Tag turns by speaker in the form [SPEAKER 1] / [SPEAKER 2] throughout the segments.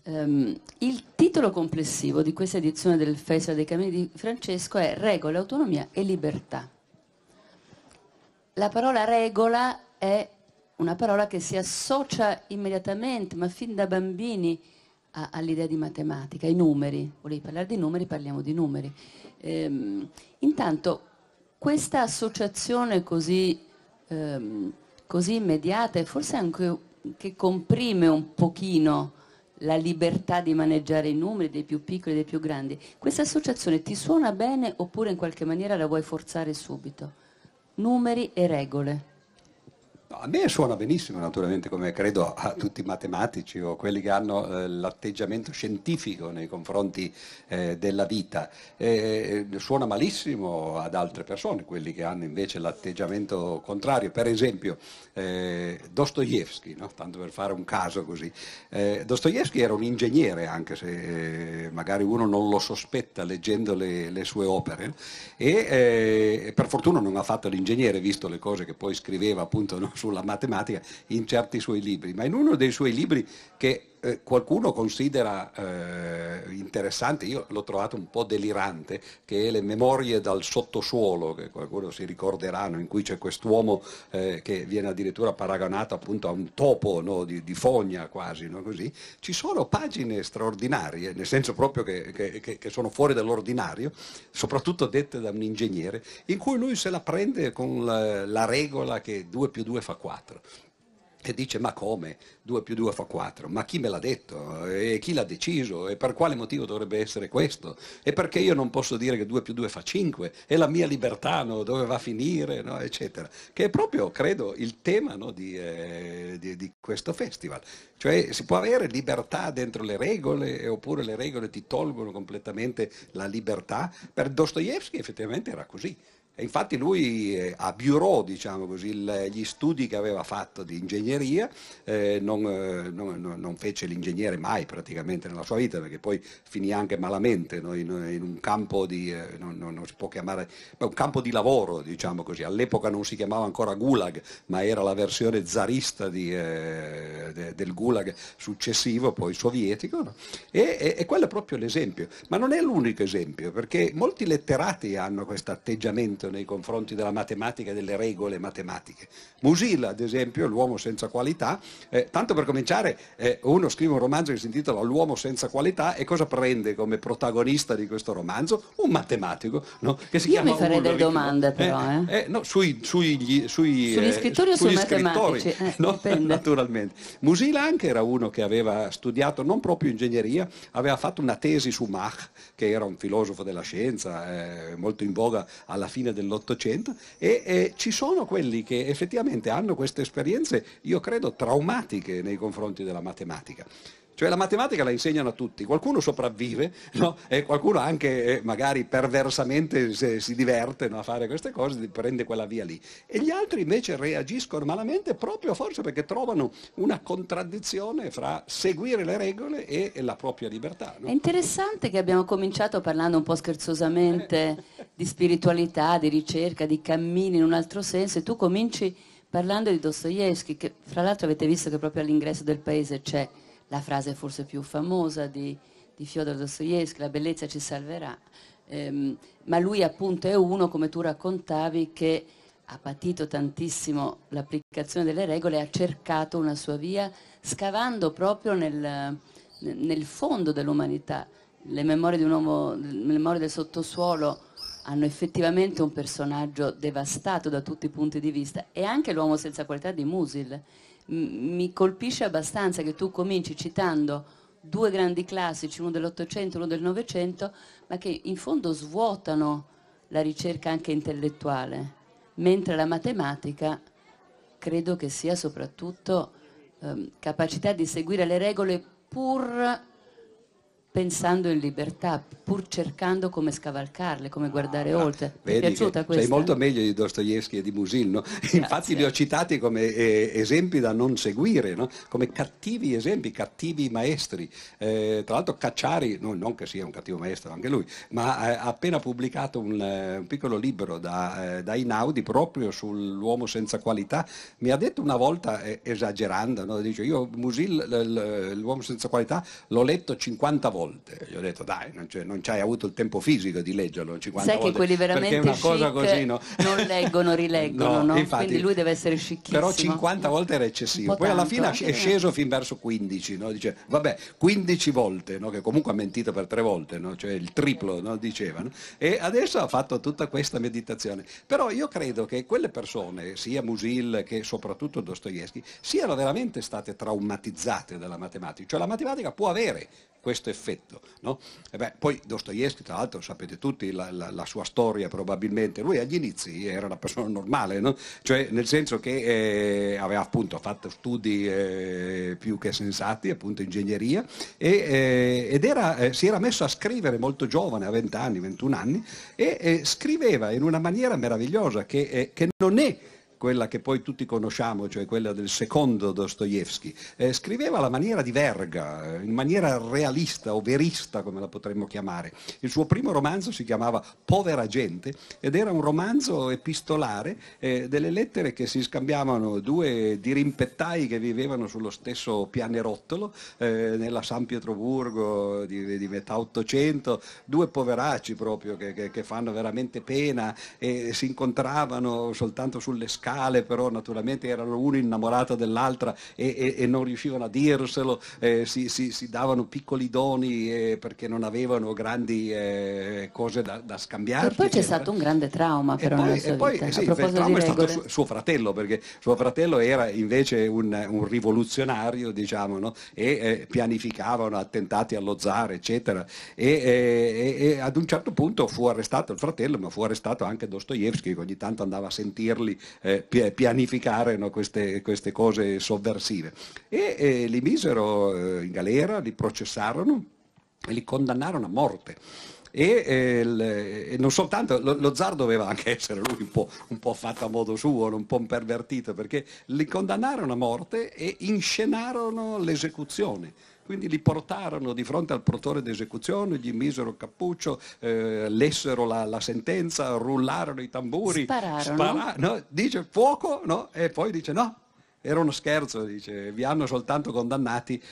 [SPEAKER 1] Il titolo complessivo di questa edizione del Festival dei Cammini di Francesco è Regole, autonomia e libertà. La parola regola è una parola che si associa immediatamente, ma fin da bambini, all'idea di matematica, ai numeri. Volevi parlare di numeri, parliamo di numeri. Intanto, questa associazione così immediata e forse anche che comprime un pochino la libertà di maneggiare i numeri dei più piccoli e dei più grandi, questa associazione ti suona bene oppure in qualche maniera la vuoi forzare subito? Numeri e regole.
[SPEAKER 2] No, a me suona benissimo, naturalmente, come credo a tutti i matematici o quelli che hanno l'atteggiamento scientifico nei confronti della vita. Suona malissimo ad altre persone, quelli che hanno invece l'atteggiamento contrario. Per esempio, Dostoevskij, no? Tanto per fare un caso così. Dostoevskij era un ingegnere, anche se magari uno non lo sospetta leggendo le sue opere, e per fortuna non ha fatto l'ingegnere, visto le cose che poi scriveva appunto, no, sulla matematica in certi suoi libri, ma in uno dei suoi libri che qualcuno considera interessante, io l'ho trovato un po' delirante, che è Le memorie dal sottosuolo, che qualcuno si ricorderanno, in cui c'è quest'uomo che viene addirittura paragonato appunto a un topo, no, di fogna quasi, no, così. Ci sono pagine straordinarie, nel senso proprio che sono fuori dall'ordinario, soprattutto dette da un ingegnere, in cui lui se la prende con la regola che 2 più 2 fa 4. E dice: ma come 2 più 2 fa 4? Ma chi me l'ha detto? E chi l'ha deciso? E per quale motivo dovrebbe essere questo? E perché io non posso dire che 2 più 2 fa 5? E la mia libertà, no, dove va a finire? No, eccetera. Che è proprio, credo, il tema, no, di questo festival. Cioè si può avere libertà dentro le regole oppure le regole ti tolgono completamente la libertà? Per Dostoevskij effettivamente era così. E infatti lui a Bureau, diciamo così, gli studi che aveva fatto di ingegneria, non fece l'ingegnere mai praticamente nella sua vita, perché poi finì anche malamente, no, in un campo di, non si può chiamare, un campo di lavoro, diciamo così. All'epoca non si chiamava ancora Gulag, ma era la versione zarista del Gulag successivo, poi sovietico, no? E quello è proprio l'esempio. Ma non è l'unico esempio, perché molti letterati hanno questo atteggiamento nei confronti della matematica e delle regole matematiche. Musil, ad esempio, L'uomo senza qualità, tanto per cominciare, uno scrive un romanzo che si intitola L'uomo senza qualità, e cosa prende come protagonista di questo romanzo? Un matematico, no? Che si
[SPEAKER 1] Io
[SPEAKER 2] chiama
[SPEAKER 1] mi farei delle
[SPEAKER 2] Ulrich,
[SPEAKER 1] domande però.
[SPEAKER 2] no, sugli
[SPEAKER 1] Scrittori o sui matematici?
[SPEAKER 2] No?
[SPEAKER 1] Dipende.
[SPEAKER 2] Naturalmente. Musil anche era uno che aveva studiato non proprio ingegneria, aveva fatto una tesi su Mach, che era un filosofo della scienza, molto in voga alla fine dell'Ottocento, e ci sono quelli che effettivamente hanno queste esperienze, io credo, traumatiche nei confronti della matematica. Cioè la matematica la insegnano a tutti, qualcuno sopravvive, no? E qualcuno anche magari perversamente si diverte, no, a fare queste cose, prende quella via lì. E gli altri invece reagiscono malamente proprio forse perché trovano una contraddizione fra seguire le regole e la propria libertà. No?
[SPEAKER 1] È interessante che abbiamo cominciato parlando un po' scherzosamente di spiritualità, di ricerca, di cammini in un altro senso, e tu cominci parlando di Dostoevskij, che fra l'altro avete visto che proprio all'ingresso del paese c'è la frase forse più famosa di Fyodor Dostoevskij: la bellezza ci salverà. Ma lui appunto è uno, come tu raccontavi, che ha patito tantissimo l'applicazione delle regole e ha cercato una sua via, scavando proprio nel fondo dell'umanità. Le memorie di un uomo, le memorie del sottosuolo hanno effettivamente un personaggio devastato da tutti i punti di vista, e anche L'uomo senza qualità di Musil. Mi colpisce abbastanza che tu cominci citando due grandi classici, uno dell'Ottocento e uno del Novecento, ma che in fondo svuotano la ricerca anche intellettuale, mentre la matematica credo che sia soprattutto capacità di seguire le regole pur pensando in libertà, pur cercando come scavalcarle, come guardare oltre. Ti è
[SPEAKER 2] Vedi
[SPEAKER 1] piaciuta
[SPEAKER 2] che
[SPEAKER 1] questa?
[SPEAKER 2] sei molto meglio di Dostoevsky e di Musil, no? Infatti li ho citati come esempi da non seguire, no? Come cattivi esempi, cattivi maestri. Tra l'altro Cacciari, non che sia un cattivo maestro anche lui, ma ha appena pubblicato un piccolo libro da Einaudi proprio sull'uomo senza qualità. Mi ha detto una volta, esagerando, no? Dice, io Musil, l'uomo senza qualità, l'ho letto 50 volte. Gli ho detto dai, non c'hai avuto il tempo fisico di leggerlo 50
[SPEAKER 1] Sai
[SPEAKER 2] volte.
[SPEAKER 1] che quelli veramente
[SPEAKER 2] Perché è una cosa
[SPEAKER 1] chic
[SPEAKER 2] così, no?
[SPEAKER 1] non leggono, rileggono, no?
[SPEAKER 2] Infatti,
[SPEAKER 1] Quindi lui deve essere scicchissimo.
[SPEAKER 2] però 50 volte era eccessivo.
[SPEAKER 1] Un po'
[SPEAKER 2] Poi alla
[SPEAKER 1] tanto,
[SPEAKER 2] fine è sceso fin verso 15, no? Dice, vabbè, 15 volte, no? Che comunque ha mentito per 3 volte, no? Cioè il triplo, no? Diceva, no? E adesso ha fatto tutta questa meditazione. Però io credo che quelle persone, sia Musil che soprattutto Dostoevsky, siano veramente state traumatizzate dalla matematica. Cioè la matematica può avere questo effetto, no? E beh, poi Dostoevsky, tra l'altro, sapete tutti la sua storia probabilmente. Lui agli inizi era una persona normale, no? Cioè nel senso che aveva appunto fatto studi più che sensati, appunto ingegneria, ed si era messo a scrivere molto giovane, a 20 anni, 21 anni, e scriveva in una maniera meravigliosa che non è quella che poi tutti conosciamo, cioè quella del secondo Dostoevsky. Scriveva alla maniera di Verga, in maniera realista o verista, come la potremmo chiamare. Il suo primo romanzo si chiamava Povera gente ed era un romanzo epistolare, delle lettere che si scambiavano due dirimpettai che vivevano sullo stesso pianerottolo, nella San Pietroburgo di metà Ottocento, due poveracci proprio che fanno veramente pena e si incontravano soltanto sulle scale, però naturalmente erano uno innamorato dell'altra e non riuscivano a dirselo, si davano piccoli doni perché non avevano grandi cose da scambiarsi.
[SPEAKER 1] E poi c'è stato un grande trauma però nella sua vita.
[SPEAKER 2] Sì,
[SPEAKER 1] A
[SPEAKER 2] il
[SPEAKER 1] proposito
[SPEAKER 2] trauma
[SPEAKER 1] di
[SPEAKER 2] è stato
[SPEAKER 1] regole.
[SPEAKER 2] suo fratello, perché suo fratello era invece un rivoluzionario, diciamo, no? E pianificava attentati allo zar, eccetera. E ad un certo punto fu arrestato il fratello, ma fu arrestato anche Dostoevsky, che ogni tanto andava a sentirli pianificare, no, queste cose sovversive. E li misero in galera, li processarono e li condannarono a morte. E non soltanto lo zar doveva anche essere lui un po' fatto a modo suo, un po' pervertito, perché li condannarono a morte e inscenarono l'esecuzione. Quindi li portarono di fronte al protore d'esecuzione, gli misero il cappuccio, lessero la sentenza, rullarono i tamburi,
[SPEAKER 1] Spararono.
[SPEAKER 2] dice fuoco, no? E poi dice no. Era uno scherzo, dice, vi hanno soltanto condannati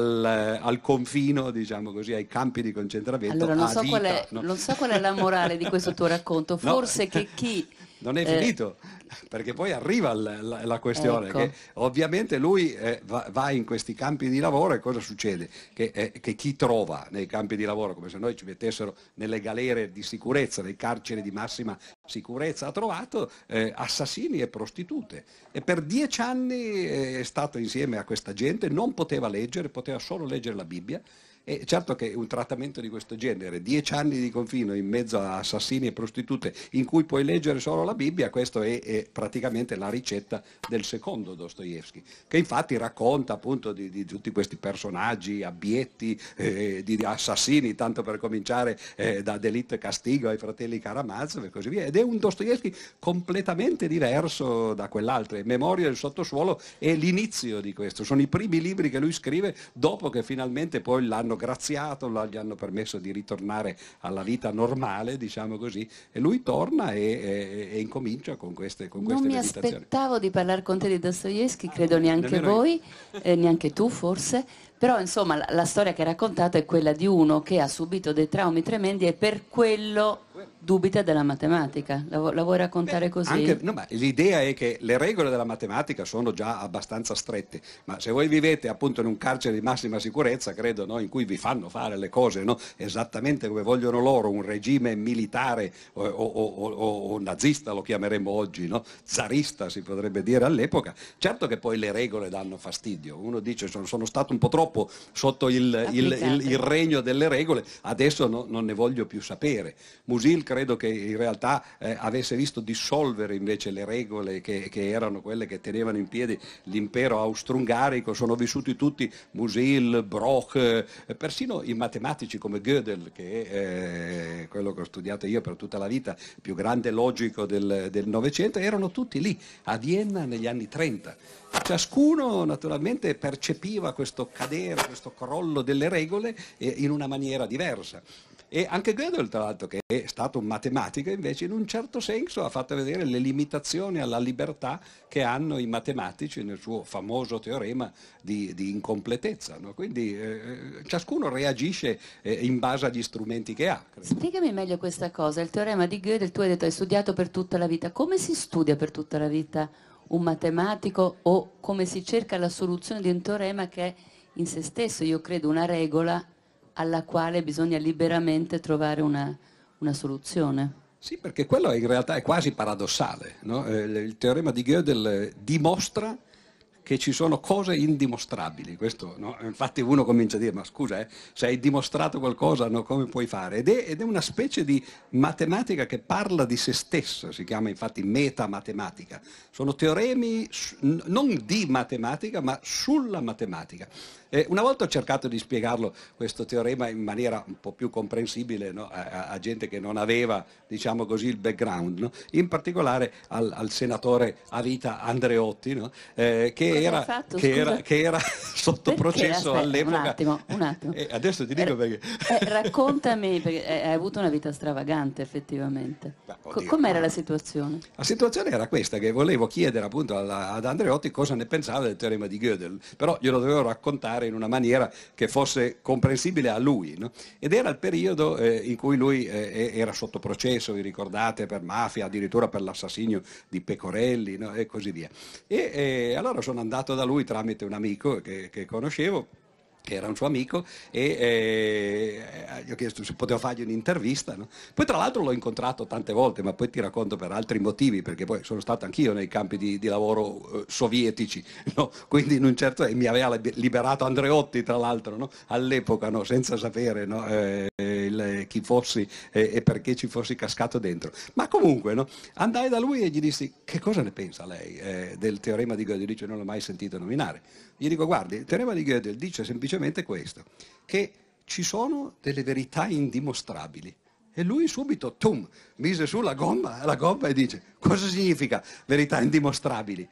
[SPEAKER 2] al confino, diciamo così, ai campi di concentramento.
[SPEAKER 1] Allora, non
[SPEAKER 2] a
[SPEAKER 1] so,
[SPEAKER 2] vita,
[SPEAKER 1] non so qual è la morale di questo tuo racconto, forse
[SPEAKER 2] no,
[SPEAKER 1] che chi...
[SPEAKER 2] non è finito, perché poi arriva la questione,
[SPEAKER 1] Ecco.
[SPEAKER 2] che ovviamente lui va in questi campi di lavoro e cosa succede? Che chi trova nei campi di lavoro, come se noi ci mettessero nelle galere di sicurezza, nei carceri di massima sicurezza, ha trovato assassini e prostitute. E per 10 anni è stato insieme a questa gente, non poteva leggere, poteva solo leggere la Bibbia. E certo che un trattamento di questo genere, 10 anni di confino in mezzo a assassini e prostitute in cui puoi leggere solo la Bibbia, questo è praticamente la ricetta del secondo Dostoevsky, che infatti racconta appunto di tutti questi personaggi abbietti, di assassini, tanto per cominciare da Delitto e Castigo ai fratelli Karamazov e così via, ed è un Dostoevsky completamente diverso da quell'altro. Memoria del sottosuolo è l'inizio di questo, sono i primi libri che lui scrive dopo che finalmente poi l'hanno graziato, gli hanno permesso di ritornare alla vita normale, diciamo così, e lui torna e incomincia con queste
[SPEAKER 1] Non mi
[SPEAKER 2] meditazioni.
[SPEAKER 1] aspettavo di parlare con te di Dostoevsky, credo neanche
[SPEAKER 2] nemmeno
[SPEAKER 1] voi, neanche tu forse, però insomma la storia che hai raccontato è quella di uno che ha subito dei traumi tremendi e per quello dubita della matematica. La vuoi raccontare così?
[SPEAKER 2] No, ma l'idea è che le regole della matematica sono già abbastanza strette, ma se voi vivete appunto in un carcere di massima sicurezza, credo, no, in cui vi fanno fare le cose, no, esattamente come vogliono loro, un regime militare o nazista lo chiameremmo oggi, no? Zarista si potrebbe dire all'epoca, certo che poi le regole danno fastidio. Uno dice sono stato un po' troppo troppo sotto il regno delle regole, adesso non ne voglio più sapere. Musil credo che in realtà avesse visto dissolvere invece le regole che erano quelle che tenevano in piedi l'impero austro-ungarico. Sono vissuti tutti, Musil, Broch, persino i matematici come Gödel, che è quello che ho studiato io per tutta la vita, più grande logico del Novecento, erano tutti lì a Vienna negli anni 30. Ciascuno naturalmente percepiva questo cadere, questo crollo delle regole in una maniera diversa. E anche Gödel, tra l'altro, che è stato un matematico, invece in un certo senso ha fatto vedere le limitazioni alla libertà che hanno i matematici nel suo famoso teorema di incompletezza, no? Quindi ciascuno reagisce in base agli strumenti che ha. Credo.
[SPEAKER 1] Spiegami meglio questa cosa, il teorema di Gödel, tu hai detto hai studiato per tutta la vita, come si studia per tutta la vita un matematico, o come si cerca la soluzione di un teorema che è in se stesso, io credo, una regola alla quale bisogna liberamente trovare una soluzione?
[SPEAKER 2] Sì, perché quello in realtà è quasi paradossale, no? Il teorema di Gödel dimostra che ci sono cose indimostrabili. Questo, no? Infatti uno comincia a dire, ma scusa, se hai dimostrato qualcosa, no, come puoi fare? Ed è una specie di matematica che parla di se stessa, si chiama infatti metamatematica. Sono teoremi non di matematica, ma sulla matematica. Una volta ho cercato di spiegarlo, questo teorema, in maniera un po' più comprensibile, no? a gente che non aveva, diciamo così, il background, no? In particolare al senatore a vita Andreotti, no? che era sotto processo all'epoca.
[SPEAKER 1] Un attimo.
[SPEAKER 2] Adesso ti dico perché.
[SPEAKER 1] Raccontami, perché hai avuto una vita stravagante effettivamente. Com'era la situazione?
[SPEAKER 2] La situazione era questa, che volevo chiedere appunto ad Andreotti cosa ne pensava del teorema di Gödel, però glielo dovevo raccontare in una maniera che fosse comprensibile a lui, no? Ed era il periodo in cui lui era sotto processo, vi ricordate, per mafia, addirittura per l'assassinio di Pecorelli, no? E così via. E allora sono andato da lui tramite un amico che conoscevo, che era un suo amico, e gli ho chiesto se potevo fargli un'intervista, no? Poi tra l'altro l'ho incontrato tante volte, ma poi ti racconto per altri motivi, perché poi sono stato anch'io nei campi di lavoro sovietici, no? Quindi in un certo mi aveva liberato Andreotti, tra l'altro, no? All'epoca, no? Senza sapere, no? Chi fossi e perché ci fossi cascato dentro. Ma comunque, no? Andai da lui e gli dissi: che cosa ne pensa lei del teorema di Gödel? Dice: non l'ho mai sentito nominare. Gli dico: guardi, il teorema di Gödel dice semplicemente questo, che ci sono delle verità indimostrabili. E lui subito, mise su la gomma e dice: cosa significa verità indimostrabili?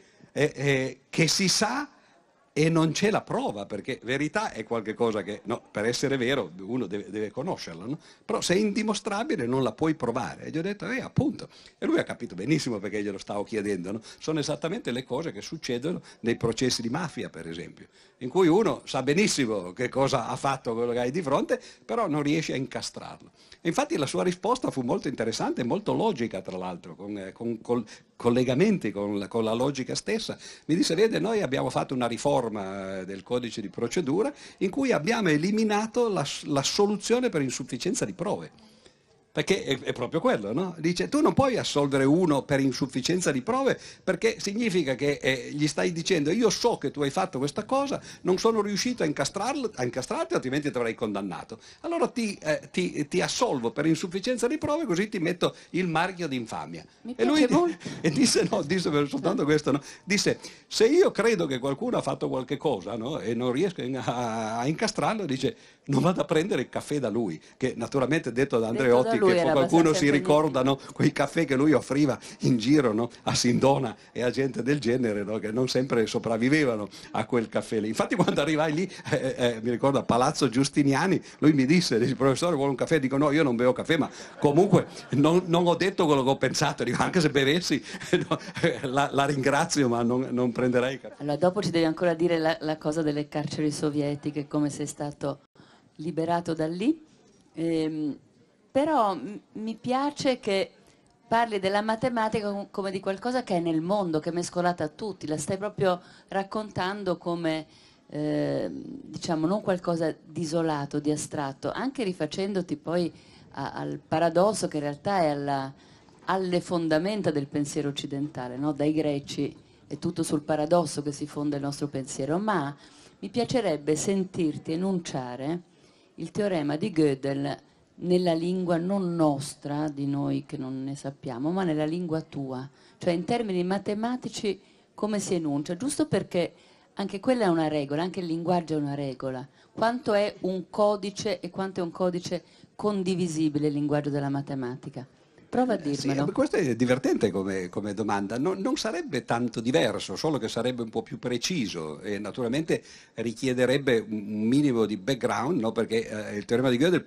[SPEAKER 2] Che si sa e non c'è la prova, perché verità è qualcosa che, no, per essere vero uno deve conoscerla, no? Però se è indimostrabile non la puoi provare. E gli ho detto, appunto. E lui ha capito benissimo perché glielo stavo chiedendo, no? Sono esattamente le cose che succedono nei processi di mafia, per esempio, in cui uno sa benissimo che cosa ha fatto quello che hai di fronte, però non riesce a incastrarlo. E infatti la sua risposta fu molto interessante e molto logica, tra l'altro, con collegamenti con la logica stessa. Mi disse: vede, noi abbiamo fatto una riforma del codice di procedura in cui abbiamo eliminato la soluzione per insufficienza di prove. Perché è proprio quello, no? Dice: tu non puoi assolvere uno per insufficienza di prove, perché significa che gli stai dicendo: io so che tu hai fatto questa cosa, non sono riuscito a incastrarti, altrimenti ti avrei condannato. Allora ti assolvo per insufficienza di prove, così ti metto il marchio di infamia.
[SPEAKER 1] E lui
[SPEAKER 2] disse soltanto questo, no? Disse: se io credo che qualcuno ha fatto qualche cosa, no? E non riesco a incastrarlo, dice, non vado a prendere il caffè da lui, che naturalmente detto da Andreotti, che qualcuno si ricordano quei caffè che lui offriva in giro, no? A Sindona e a gente del genere, no? Che non sempre sopravvivevano a quel caffè lì. Infatti quando arrivai lì, mi ricordo a Palazzo Giustiniani, lui mi disse: professore, vuole un caffè? Dico: no, io non bevo caffè, ma comunque non ho detto quello che ho pensato. Dico: anche se bevessi no, la ringrazio, ma non prenderei caffè.
[SPEAKER 1] Allora dopo ci devi ancora dire la cosa delle carceri sovietiche, come sei stato liberato da lì. Però mi piace che parli della matematica come di qualcosa che è nel mondo, che è mescolata a tutti, la stai proprio raccontando come diciamo non qualcosa di isolato, di astratto, anche rifacendoti poi al paradosso che in realtà è alle fondamenta del pensiero occidentale, no? Dai greci è tutto sul paradosso che si fonda il nostro pensiero, ma mi piacerebbe sentirti enunciare il teorema di Gödel nella lingua non nostra, di noi che non ne sappiamo, ma nella lingua tua, cioè in termini matematici come si enuncia, giusto perché anche quella è una regola, anche il linguaggio è una regola. Quanto è un codice e quanto è un codice condivisibile il linguaggio della matematica? Prova a dirmelo.
[SPEAKER 2] Sì, questo è divertente come domanda. Non sarebbe tanto diverso, solo che sarebbe un po' più preciso e naturalmente richiederebbe un minimo di background, no? Perché il teorema di Gödel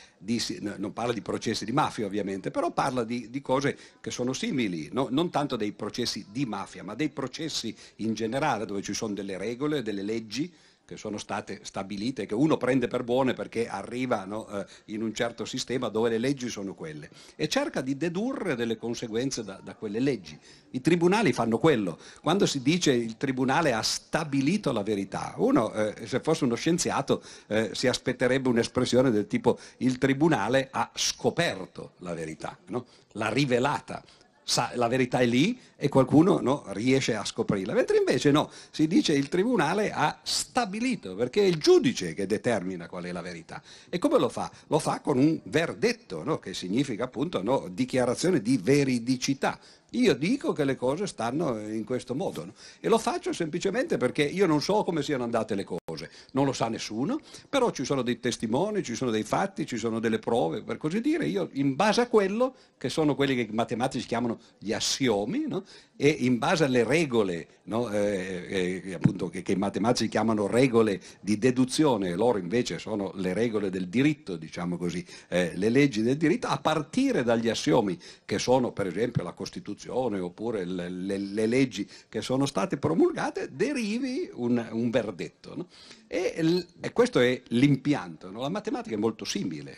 [SPEAKER 2] non parla di processi di mafia ovviamente, però parla di cose che sono simili, no? Non tanto dei processi di mafia, ma dei processi in generale dove ci sono delle regole, delle leggi che sono state stabilite, che uno prende per buone perché arriva, no, in un certo sistema dove le leggi sono quelle e cerca di dedurre delle conseguenze da quelle leggi. I tribunali fanno quello. Quando si dice il tribunale ha stabilito la verità, uno se fosse uno scienziato si aspetterebbe un'espressione del tipo il tribunale ha scoperto la verità, no? L'ha rivelata. La verità è lì e qualcuno, no, riesce a scoprirla, mentre invece no, si dice il tribunale ha stabilito, perché è il giudice che determina qual è la verità. E come lo fa? Lo fa con un verdetto, no, che significa appunto, no, dichiarazione di veridicità. Io dico che le cose stanno in questo modo, no? E lo faccio semplicemente perché io non so come siano andate le cose, non lo sa nessuno, però ci sono dei testimoni, ci sono dei fatti, ci sono delle prove, per così dire, io in base a quello, che sono quelli che i matematici chiamano gli assiomi, no? E in base alle regole, no? Appunto che i matematici chiamano regole di deduzione, loro invece sono le regole del diritto, diciamo così, le leggi del diritto, a partire dagli assiomi che sono per esempio la Costituzione oppure le leggi che sono state promulgate, derivi un verdetto, no? E questo è l'impianto, no? La matematica è molto simile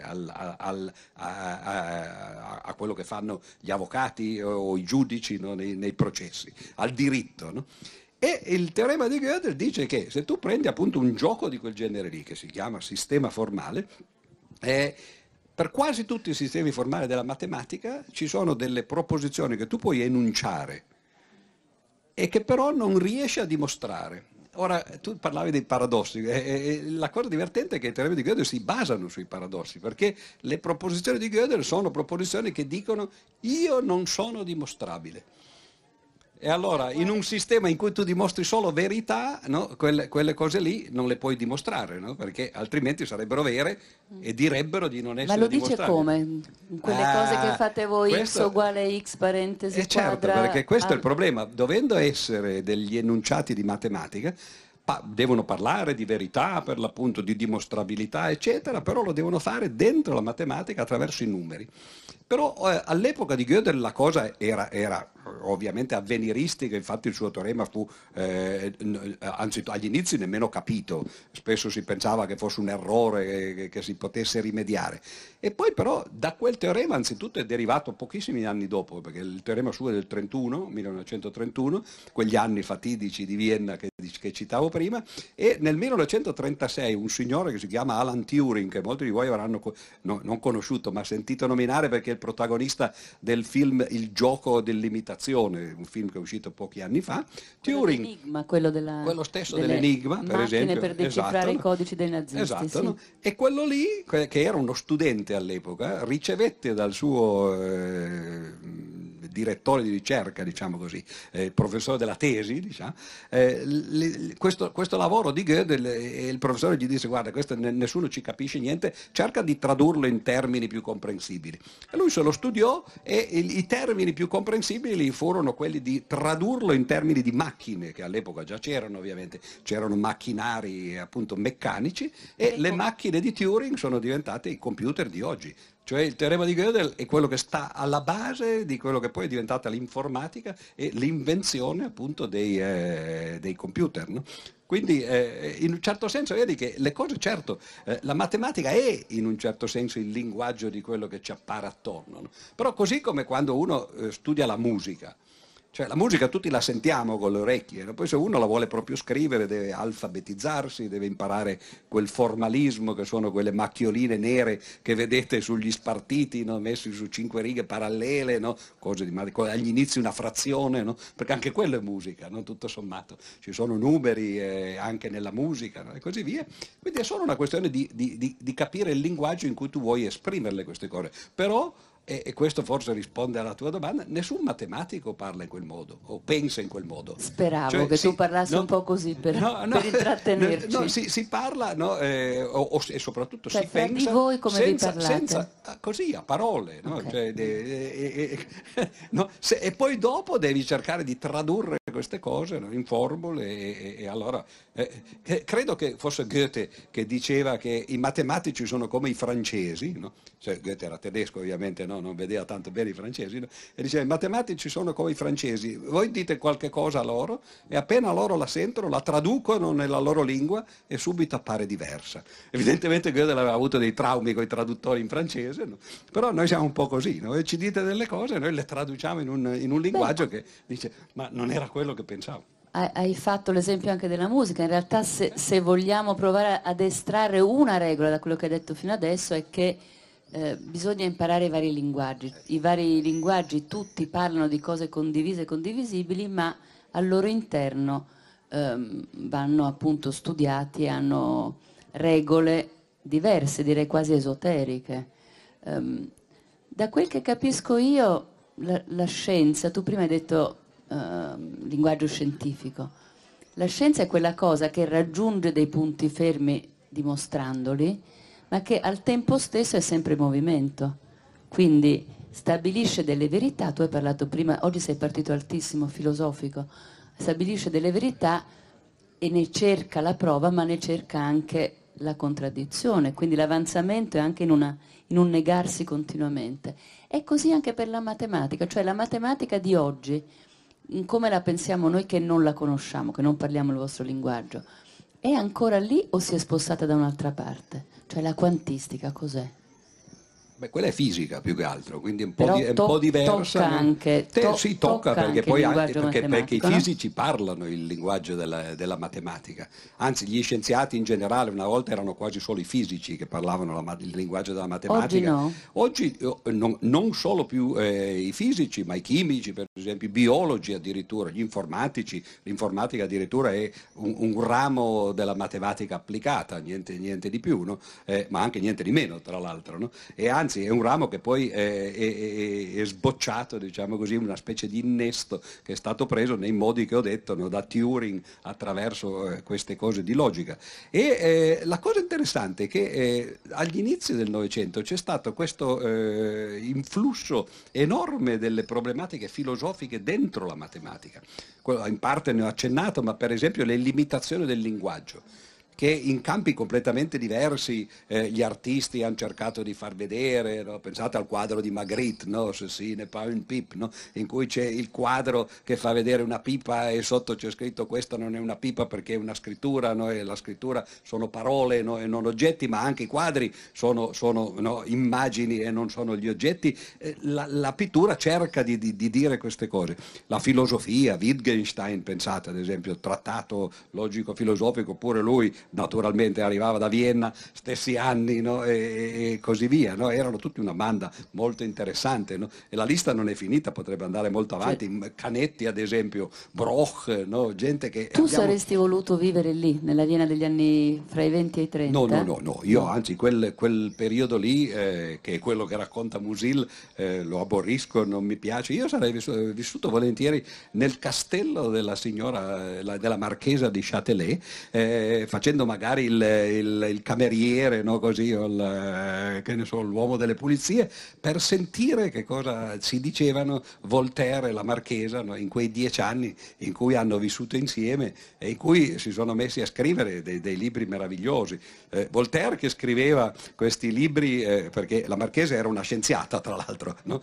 [SPEAKER 2] a quello che fanno gli avvocati o i giudici, no? nei processi, al diritto, no? E il teorema di Gödel dice che se tu prendi appunto un gioco di quel genere lì, che si chiama sistema formale, per quasi tutti i sistemi formali della matematica ci sono delle proposizioni che tu puoi enunciare e che però non riesci a dimostrare. Ora, tu parlavi dei paradossi, la cosa divertente è che i teoremi di Gödel si basano sui paradossi, perché le proposizioni di Gödel sono proposizioni che dicono io non sono dimostrabile. E allora, in un sistema in cui tu dimostri solo verità, no, quelle cose lì non le puoi dimostrare, no? Perché altrimenti sarebbero vere e direbbero di non essere dimostrabili.
[SPEAKER 1] Ma lo dice come? Quelle cose che fate voi, x uguale x parentesi
[SPEAKER 2] certo,
[SPEAKER 1] quadra...
[SPEAKER 2] perché questo è il problema. Dovendo essere degli enunciati di matematica, devono parlare di verità, per l'appunto di dimostrabilità, eccetera, però lo devono fare dentro la matematica attraverso i numeri. Però all'epoca di Gödel la cosa era ovviamente avveniristica, infatti il suo teorema fu, anzi agli inizi nemmeno capito, spesso si pensava che fosse un errore che si potesse rimediare. E poi però da quel teorema anzitutto è derivato pochissimi anni dopo, perché il teorema suo è del 1931, quegli anni fatidici di Vienna che citavo prima, e nel 1936 un signore che si chiama Alan Turing, che molti di voi avranno non conosciuto ma sentito nominare perché è il protagonista del film Il gioco dell'imitazione, un film che è uscito pochi anni fa.
[SPEAKER 1] Turing, quello
[SPEAKER 2] stesso dell'Enigma, per esempio,
[SPEAKER 1] per decifrare, esatto, i codici dei nazisti.
[SPEAKER 2] Esatto,
[SPEAKER 1] sì.
[SPEAKER 2] No? E quello lì, che era uno studente all'epoca, ricevette dal suo direttore di ricerca, diciamo così, professore della tesi, diciamo, questo lavoro di Gödel, e il professore gli disse: guarda, questo nessuno ci capisce niente, cerca di tradurlo in termini più comprensibili. E lui se lo studiò e i termini più comprensibili furono quelli di tradurlo in termini di macchine, che all'epoca già c'erano ovviamente, c'erano macchinari appunto meccanici, e le macchine di Turing sono diventate i computer di oggi. Cioè il teorema di Gödel è quello che sta alla base di quello che poi è diventata l'informatica e l'invenzione appunto dei computer, no? Quindi in un certo senso vedi che le cose, certo, la matematica è in un certo senso il linguaggio di quello che ci appare attorno, no? Però così come quando uno studia la musica, Cioè la musica tutti la sentiamo con le orecchie, no? Poi se uno la vuole proprio scrivere deve alfabetizzarsi, deve imparare quel formalismo che sono quelle macchioline nere che vedete sugli spartiti, no? Messi su 5 righe parallele, no? Cose agli inizi una frazione, no? Perché anche quello è musica, no? Tutto sommato. Ci sono numeri anche nella musica, no? E così via. Quindi è solo una questione di capire il linguaggio in cui tu vuoi esprimerle queste cose. Però e questo forse risponde alla tua domanda, nessun matematico parla in quel modo o pensa in quel modo.
[SPEAKER 1] Speravo che tu parlassi un po' così per intrattenerci.
[SPEAKER 2] No, si parla, no, e soprattutto
[SPEAKER 1] cioè,
[SPEAKER 2] si
[SPEAKER 1] fra
[SPEAKER 2] pensa
[SPEAKER 1] di voi come vi parlate?
[SPEAKER 2] senza così a parole, no?
[SPEAKER 1] Okay.
[SPEAKER 2] No? E poi dopo devi cercare di tradurre queste cose, no, in formule e allora credo che fosse Goethe che diceva che i matematici sono come i francesi, no? Cioè, Goethe era tedesco ovviamente, no? Non vedeva tanto bene i francesi, no? E diceva i matematici sono come i francesi, voi dite qualche cosa a loro e appena loro la sentono la traducono nella loro lingua e subito appare diversa. Evidentemente Goethe aveva avuto dei traumi con i traduttori in francese, no? Però noi siamo un po' così, no? E ci dite delle cose e noi le traduciamo in un linguaggio che dice ma non era quello che pensavo.
[SPEAKER 1] Hai fatto l'esempio anche della musica, in realtà se vogliamo provare ad estrarre una regola da quello che hai detto fino adesso è che bisogna imparare i vari linguaggi tutti parlano di cose condivise e condivisibili, ma al loro interno vanno appunto studiati, hanno regole diverse, direi quasi esoteriche. Da quel che capisco io, la scienza, tu prima hai detto linguaggio scientifico, la scienza è quella cosa che raggiunge dei punti fermi dimostrandoli, ma che al tempo stesso è sempre in movimento. Quindi stabilisce delle verità, tu hai parlato prima, oggi sei partito altissimo, filosofico, stabilisce delle verità e ne cerca la prova, ma ne cerca anche la contraddizione, quindi l'avanzamento è anche in un negarsi continuamente. È così anche per la matematica, cioè la matematica di oggi, come la pensiamo noi che non la conosciamo, che non parliamo il vostro linguaggio, è ancora lì o si è spostata da un'altra parte? Cioè la quantistica cos'è?
[SPEAKER 2] Beh, quella è fisica più che altro, quindi è un
[SPEAKER 1] Però
[SPEAKER 2] po' diversa.
[SPEAKER 1] tocca anche,
[SPEAKER 2] Sì, tocca perché
[SPEAKER 1] anche
[SPEAKER 2] poi
[SPEAKER 1] il linguaggio
[SPEAKER 2] perché i
[SPEAKER 1] matematico, no?
[SPEAKER 2] fisici parlano il linguaggio della matematica. Anzi, gli scienziati in generale una volta erano quasi solo i fisici che parlavano il linguaggio della matematica.
[SPEAKER 1] Oggi no?
[SPEAKER 2] Oggi non solo più i fisici, ma i chimici, per esempio, i biologi addirittura, gli informatici. L'informatica addirittura è un ramo della matematica applicata, niente di più, no? Ma anche niente di meno, tra l'altro, no? E anzi è un ramo che poi è sbocciato, diciamo così, una specie di innesto che è stato preso nei modi che ho detto, no, da Turing attraverso queste cose di logica. E la cosa interessante è che agli inizi del Novecento c'è stato questo influsso enorme delle problematiche filosofiche dentro la matematica. In parte ne ho accennato, ma per esempio le limitazioni del linguaggio, che in campi completamente diversi gli artisti hanno cercato di far vedere, no? Pensate al quadro di Magritte, no? Ceci n'est pas une pipe, no? In cui c'è il quadro che fa vedere una pipa e sotto c'è scritto questa non è una pipa perché è una scrittura, no? E la scrittura sono parole, no? E non oggetti, ma anche i quadri sono no? Immagini e non sono gli oggetti. La pittura cerca di dire queste cose. La filosofia, Wittgenstein, pensate ad esempio, trattato logico-filosofico, pure lui naturalmente arrivava da Vienna, stessi anni, no? E così via, no? Erano tutti una banda molto interessante, no? E la lista non è finita, potrebbe andare molto avanti. Cioè, Canetti ad esempio, Broch, no? Gente che
[SPEAKER 1] tu saresti voluto vivere lì, nella Vienna degli anni fra i 20 e i 30?
[SPEAKER 2] No, io anzi quel periodo lì, che è quello che racconta Musil, lo aborrisco, non mi piace. Io sarei vissuto volentieri nel castello della signora, della marchesa di Châtelet, facendo magari il cameriere, no? Così, o che ne so, l'uomo delle pulizie, per sentire che cosa si dicevano Voltaire e la marchesa, no? In quei 10 anni in cui hanno vissuto insieme e in cui si sono messi a scrivere dei libri meravigliosi. Voltaire che scriveva questi libri, perché la marchesa era una scienziata tra l'altro, no?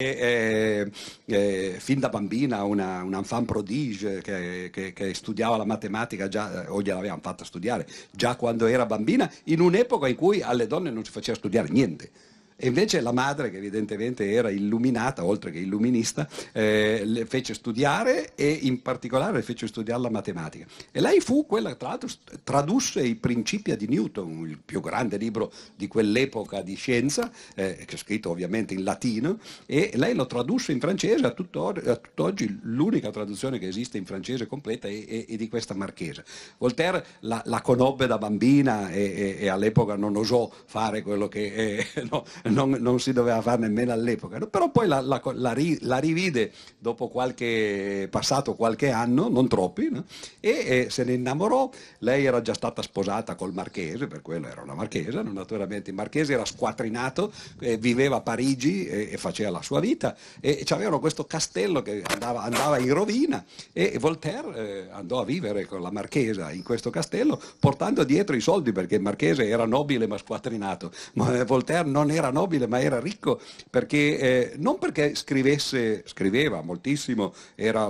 [SPEAKER 2] Fin da bambina una enfant prodige che studiava la matematica già, o gliel'avevano fatta studiare già quando era bambina, in un'epoca in cui alle donne non si faceva studiare niente. E invece la madre, che evidentemente era illuminata, oltre che illuminista, le fece studiare e in particolare le fece studiare la matematica. E lei fu quella, tra l'altro, tradusse i Principia di Newton, il più grande libro di quell'epoca di scienza, che è scritto ovviamente in latino, e lei lo tradusse in francese, a tutt'oggi l'unica traduzione che esiste in francese completa è di questa marchesa. Voltaire la conobbe da bambina e all'epoca non osò fare quello che non si doveva fare nemmeno all'epoca, no? Però poi la rivide dopo passato qualche anno, non troppi, no? E se ne innamorò. Lei era già stata sposata col marchese, per quello era una marchesa, no? Naturalmente il marchese era squattrinato, viveva a Parigi e faceva la sua vita, e avevano questo castello che andava in rovina, e Voltaire andò a vivere con la marchesa in questo castello portando dietro i soldi, perché il marchese era nobile ma squattrinato, ma Voltaire non era nobile ma era ricco, perché non perché scriveva moltissimo, era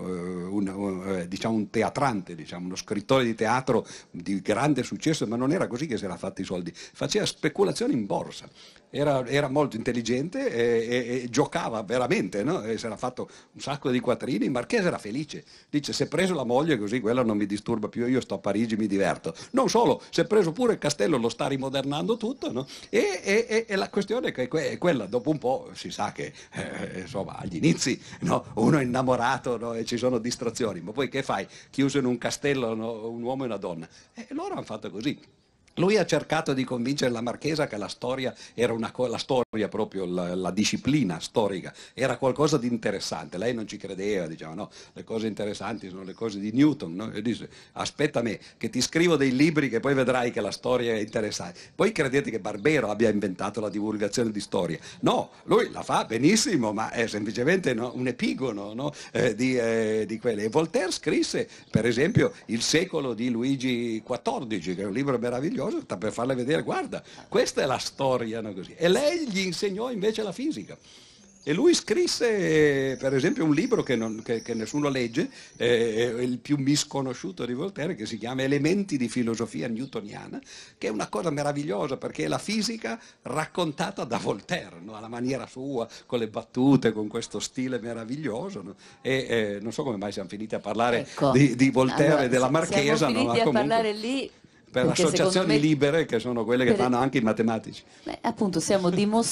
[SPEAKER 2] diciamo un teatrante, diciamo, uno scrittore di teatro di grande successo, ma non era così che si era fatti i soldi, faceva speculazioni in borsa. Era molto intelligente e giocava veramente, no? E si era fatto un sacco di quattrini. Il marchese era felice, dice: si è preso la moglie, così quella non mi disturba più, io sto a Parigi, mi diverto. Non solo, si è preso pure il castello, lo sta rimodernando tutto, no? E la questione è quella, dopo un po' si sa che insomma agli inizi, no? Uno è innamorato, no? E ci sono distrazioni, ma poi che fai? Chiuso in un castello, no? Un uomo e una donna, e loro hanno fatto così. Lui ha cercato di convincere la marchesa che la storia era la storia proprio, la disciplina storica, era qualcosa di interessante. Lei non ci credeva, diceva: no, le cose interessanti sono le cose di Newton, no? E dice: aspetta me, che ti scrivo dei libri che poi vedrai che la storia è interessante. Poi credete che Barbero abbia inventato la divulgazione di storia? No, lui la fa benissimo, ma è semplicemente, no, un epigono, no? Di quelle. E Voltaire scrisse, per esempio, Il secolo di Luigi XIV, che è un libro meraviglioso, per farle vedere: guarda, questa è la storia, no? Così. E lei gli insegnò invece la fisica. E lui scrisse, per esempio, un libro che nessuno legge, il più misconosciuto di Voltaire, che si chiama Elementi di filosofia newtoniana, che è una cosa meravigliosa, perché è la fisica raccontata da Voltaire, no? Alla maniera sua, con le battute, con questo stile meraviglioso, no? E non so come mai siamo finiti a parlare, ecco, di Voltaire, allora, e della marchesa.
[SPEAKER 1] Siamo finiti,
[SPEAKER 2] no?
[SPEAKER 1] a comunque parlare lì
[SPEAKER 2] per associazioni libere, che sono quelle che fanno anche i matematici.
[SPEAKER 1] Appunto, stiamo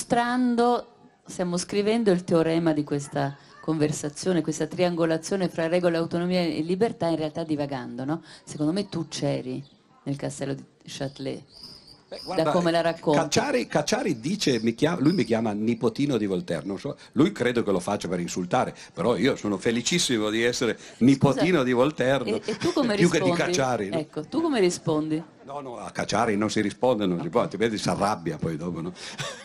[SPEAKER 1] scrivendo il teorema di questa conversazione, questa triangolazione fra regole, autonomia e libertà, in realtà divagando, no? Secondo me tu c'eri nel castello di Châtelet. Guarda, da come la racconti.
[SPEAKER 2] Cacciari dice, lui mi chiama nipotino di Voltaire, non so, lui credo che lo faccia per insultare, però io sono felicissimo di essere nipotino di Voltaire, no?
[SPEAKER 1] E tu come
[SPEAKER 2] più
[SPEAKER 1] rispondi?
[SPEAKER 2] Che di Cacciari, no?
[SPEAKER 1] Ecco, tu come rispondi?
[SPEAKER 2] No, a Cacciari non si risponde, non si può, ti vedi, si arrabbia poi dopo, no?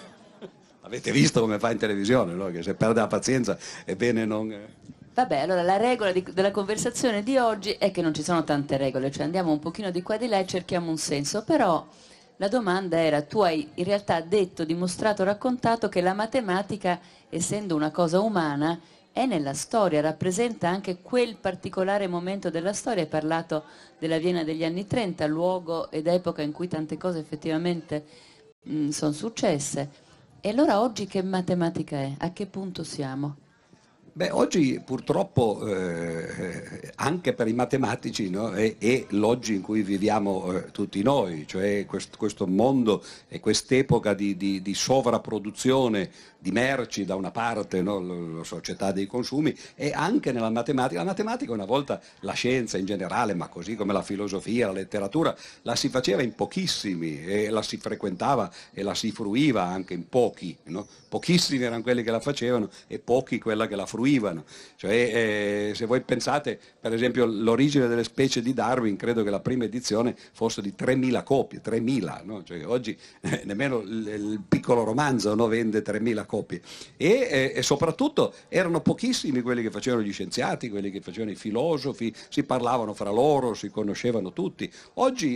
[SPEAKER 2] Avete visto come fa in televisione, no? Che se perde la pazienza è bene non...
[SPEAKER 1] Vabbè, allora la regola della conversazione di oggi è che non ci sono tante regole, cioè andiamo un pochino di qua e di là e cerchiamo un senso, però la domanda era: tu hai in realtà detto, dimostrato, raccontato che la matematica, essendo una cosa umana, è nella storia, rappresenta anche quel particolare momento della storia. Hai parlato della Vienna degli anni 30, luogo ed epoca in cui tante cose effettivamente sono successe. E allora oggi che matematica è? A che punto siamo?
[SPEAKER 2] Beh, oggi purtroppo anche per i matematici, no, è l'oggi in cui viviamo tutti noi, cioè questo mondo e quest'epoca di sovrapproduzione di merci da una parte, no, la società dei consumi, e anche nella matematica. La matematica una volta, la scienza in generale, ma così come la filosofia, la letteratura, la si faceva in pochissimi e la si frequentava e la si fruiva anche in pochi, no? Pochissimi erano quelli che la facevano e pochi quella che la fruivano. Cioè, se voi pensate, per esempio, l'origine delle specie di Darwin, credo che la prima edizione fosse di 3.000 copie, 3.000, no? Cioè, oggi nemmeno il piccolo romanzo, no, vende 3.000 copie. E soprattutto erano pochissimi quelli che facevano gli scienziati, quelli che facevano i filosofi, si parlavano fra loro, si conoscevano tutti. Oggi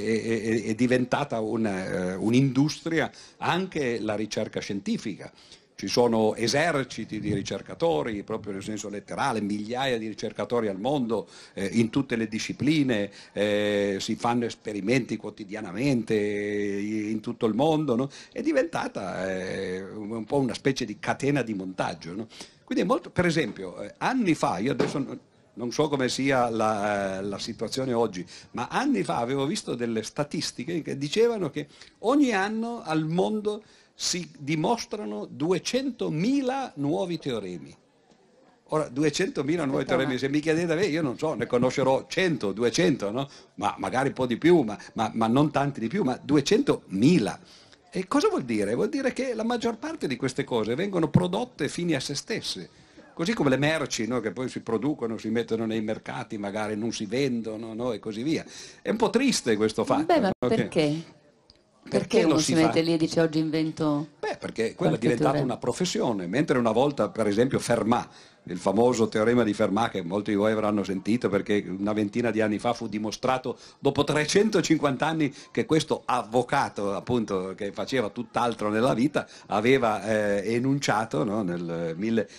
[SPEAKER 2] è diventata un'industria anche la ricerca scientifica. ci sono eserciti di ricercatori, proprio nel senso letterale, migliaia di ricercatori al mondo, in tutte le discipline, si fanno esperimenti quotidianamente in tutto il mondo, no? È diventata un po' una specie di catena di montaggio, no? Quindi è molto, per esempio, anni fa, io adesso non so come sia la situazione oggi, ma anni fa avevo visto delle statistiche che dicevano che ogni anno al mondo si dimostrano 200.000 nuovi teoremi. Ora, 200.000 nuovi teoremi, se mi chiedete a me, io non so, ne conoscerò 100, 200, no? Ma magari un po' di più, ma non tanti di più, ma 200.000. E cosa vuol dire? Vuol dire che la maggior parte di queste cose vengono prodotte fini a se stesse. Così come le merci, no? Che poi si producono, si mettono nei mercati, magari non si vendono, no? E così via. È un po' triste questo fatto.
[SPEAKER 1] Beh, ma
[SPEAKER 2] no?
[SPEAKER 1] perché? Perché uno si mette lì e dice oggi invento?
[SPEAKER 2] Beh, perché quella è diventata
[SPEAKER 1] teorema.
[SPEAKER 2] una professione, mentre una volta, per esempio, Fermat, il famoso teorema di Fermat che molti di voi avranno sentito perché una ventina di anni fa fu dimostrato dopo 350 anni che questo avvocato, appunto, che faceva tutt'altro nella vita, aveva enunciato, no, nel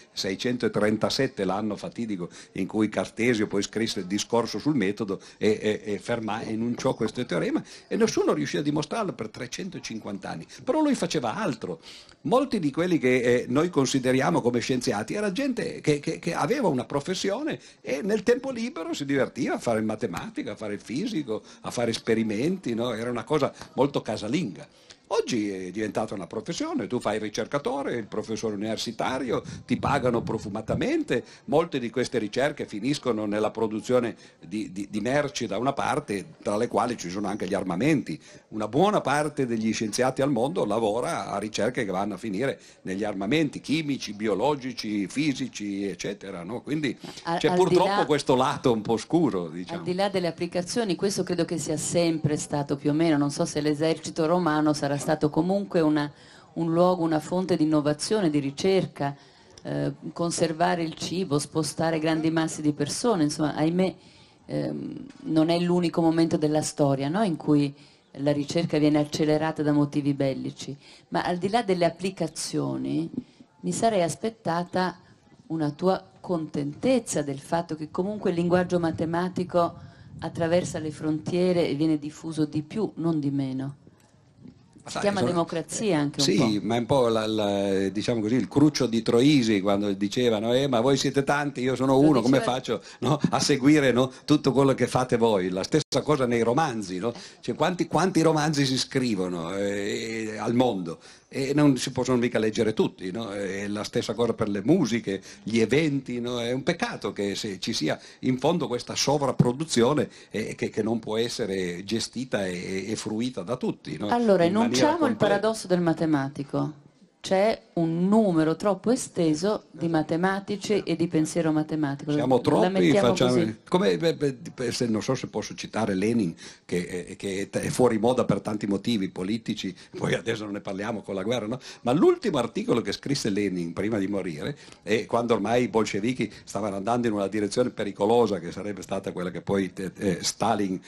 [SPEAKER 2] 1637, l'anno fatidico in cui Cartesio poi scrisse il discorso sul metodo, e Fermat enunciò questo teorema e nessuno riuscì a dimostrarlo per 350 anni. Però lui faceva altro. Molti di quelli che noi consideriamo come scienziati era gente che aveva una professione e nel tempo libero si divertiva a fare matematica, a fare il fisico, a fare esperimenti, no? Era una cosa molto casalinga. Oggi è diventata una professione, tu fai il ricercatore, il professore universitario, ti pagano profumatamente, molte di queste ricerche finiscono nella produzione di merci da una parte, tra le quali ci sono anche gli armamenti. Una buona parte degli scienziati al mondo lavora a ricerche che vanno a finire negli armamenti chimici, biologici, fisici, eccetera, no? Quindi c'è purtroppo questo lato un po' scuro, diciamo.
[SPEAKER 1] Al di là delle applicazioni, questo credo che sia sempre stato più o meno, non so se l'esercito romano sarà stato comunque un luogo, una fonte di innovazione, di ricerca, conservare il cibo, spostare grandi masse di persone, insomma, ahimè, non è l'unico momento della storia, no? In cui la ricerca viene accelerata da motivi bellici, ma al di là delle applicazioni mi sarei aspettata una tua contentezza del fatto che comunque il linguaggio matematico attraversa le frontiere e viene diffuso di più, non di meno. Si chiama democrazia anche un po'.
[SPEAKER 2] Sì, ma è un po' diciamo così, il cruccio di Troisi quando dicevano ma voi siete tanti, io sono uno, come faccio, no, a seguire, no, tutto quello che fate voi? La stessa cosa nei romanzi, no? Cioè, quanti romanzi si scrivono al mondo? E non si possono mica leggere tutti, no? È la stessa cosa per le musiche, gli eventi, no? È un peccato che ci sia in fondo questa sovrapproduzione che non può essere gestita e fruita da tutti, no?
[SPEAKER 1] Allora, enunciamo il paradosso del matematico. C'è un numero troppo esteso di matematici e di pensiero matematico.
[SPEAKER 2] Siamo troppi,
[SPEAKER 1] facciamo
[SPEAKER 2] come, non so se posso citare Lenin, che è fuori moda per tanti motivi politici, poi adesso non ne parliamo con la guerra, no? Ma l'ultimo articolo che scrisse Lenin prima di morire, e quando ormai i bolscevichi stavano andando in una direzione pericolosa, che sarebbe stata quella che poi Stalin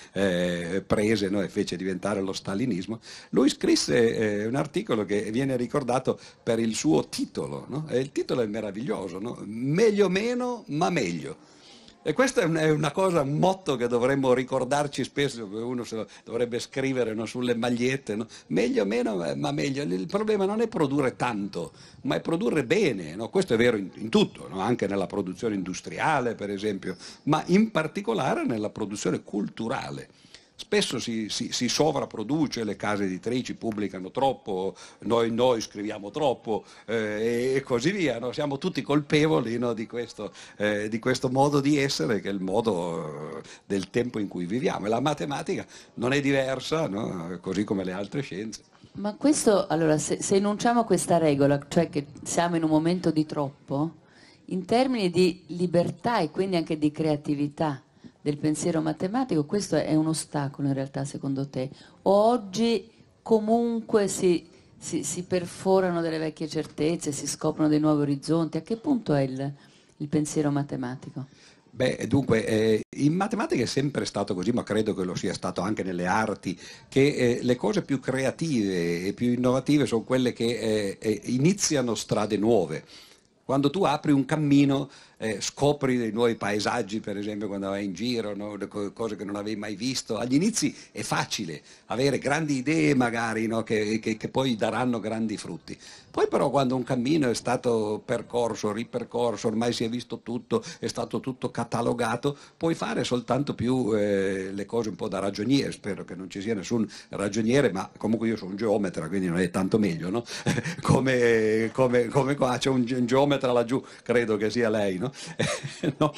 [SPEAKER 2] prese, no? E fece diventare lo stalinismo, lui scrisse un articolo che viene ricordato per il suo titolo, no? E il titolo è meraviglioso, no? Meglio meno, ma meglio. E questa è una cosa, un motto che dovremmo ricordarci spesso, uno se lo dovrebbe scrivere, no, sulle magliette, no? Meglio meno, ma meglio. Il problema non è produrre tanto, ma è produrre bene, no? Questo è vero in tutto, no? Anche nella produzione industriale, per esempio, ma in particolare nella produzione culturale. Spesso si sovrapproduce, le case editrici pubblicano troppo, noi scriviamo troppo e così via, no? Siamo tutti colpevoli, no, di questo modo di essere che è il modo del tempo in cui viviamo, e la matematica non è diversa, no? Così come le altre scienze.
[SPEAKER 1] Ma questo, allora, se enunciamo questa regola, cioè che siamo in un momento di troppo, in termini di libertà e quindi anche di creatività del pensiero matematico, questo è un ostacolo in realtà secondo te? O oggi comunque si perforano delle vecchie certezze, si scoprono dei nuovi orizzonti? A che punto è il pensiero matematico?
[SPEAKER 2] Beh, dunque, in matematica è sempre stato così, ma credo che lo sia stato anche nelle arti, che le cose più creative e più innovative sono quelle che iniziano strade nuove. Quando tu apri un cammino, scopri dei nuovi paesaggi, per esempio quando vai in giro, no? Cose che non avevi mai visto. Agli inizi è facile avere grandi idee magari, no? Che poi daranno grandi frutti. Poi però quando un cammino è stato percorso, ripercorso, ormai si è visto tutto, è stato tutto catalogato, puoi fare soltanto più le cose un po' da ragioniere. Spero che non ci sia nessun ragioniere, ma comunque io sono un geometra, quindi non è tanto meglio, no? Come qua c'è un geometra laggiù, credo che sia lei, no? No?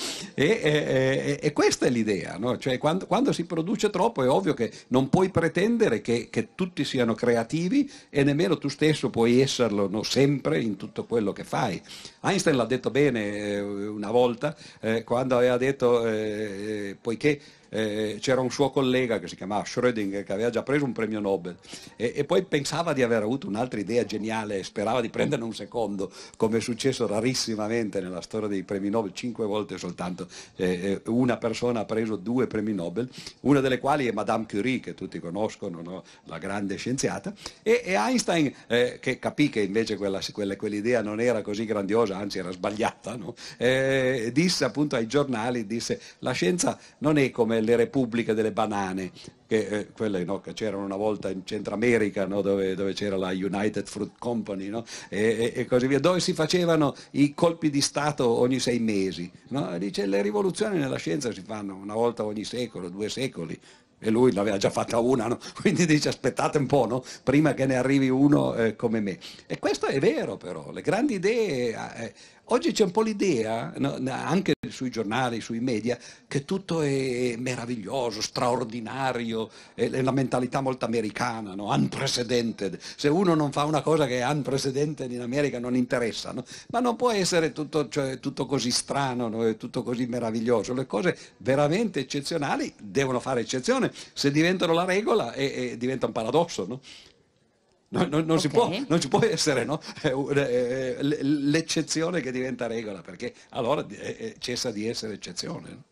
[SPEAKER 2] E questa è l'idea, no? Cioè, quando si produce troppo è ovvio che non puoi pretendere che tutti siano creativi e nemmeno tu stesso puoi esserlo, no, sempre in tutto quello che fai. Einstein l'ha detto bene una volta, quando aveva detto, poiché c'era un suo collega che si chiamava Schrödinger che aveva già preso un premio Nobel e poi pensava di aver avuto un'altra idea geniale e sperava di prenderne un secondo, come è successo rarissimamente nella storia dei premi Nobel, 5 volte soltanto una persona ha preso 2 premi Nobel, una delle quali è Madame Curie, che tutti conoscono, no? La grande scienziata, e Einstein, che capì che invece quell'idea non era così grandiosa, anzi era sbagliata, no? Disse appunto ai giornali, disse, la scienza non è come le repubbliche delle banane, quelle, no, che c'erano una volta in Centro America, no, dove c'era la United Fruit Company, no, e così via, dove si facevano i colpi di Stato ogni 6 mesi. No? Dice, le rivoluzioni nella scienza si fanno una volta ogni secolo, 2 secoli. E lui l'aveva già fatta una, no? Quindi dice aspettate un po', no? Prima che ne arrivi uno come me. E questo è vero però, le grandi idee, oggi c'è un po' l'idea, no? Anche sui giornali, sui media, che tutto è meraviglioso, straordinario, è la mentalità molto americana, no? Unprecedented. Se uno non fa una cosa che è unprecedented in America non interessa, no? Ma non può essere tutto, cioè, tutto così strano, no? E tutto così meraviglioso. Le cose veramente eccezionali devono fare eccezione, se diventano la regola e diventa un paradosso, no?
[SPEAKER 1] Ok.
[SPEAKER 2] Non ci può essere, no? L'eccezione che diventa regola, perché allora cessa di essere eccezione, no?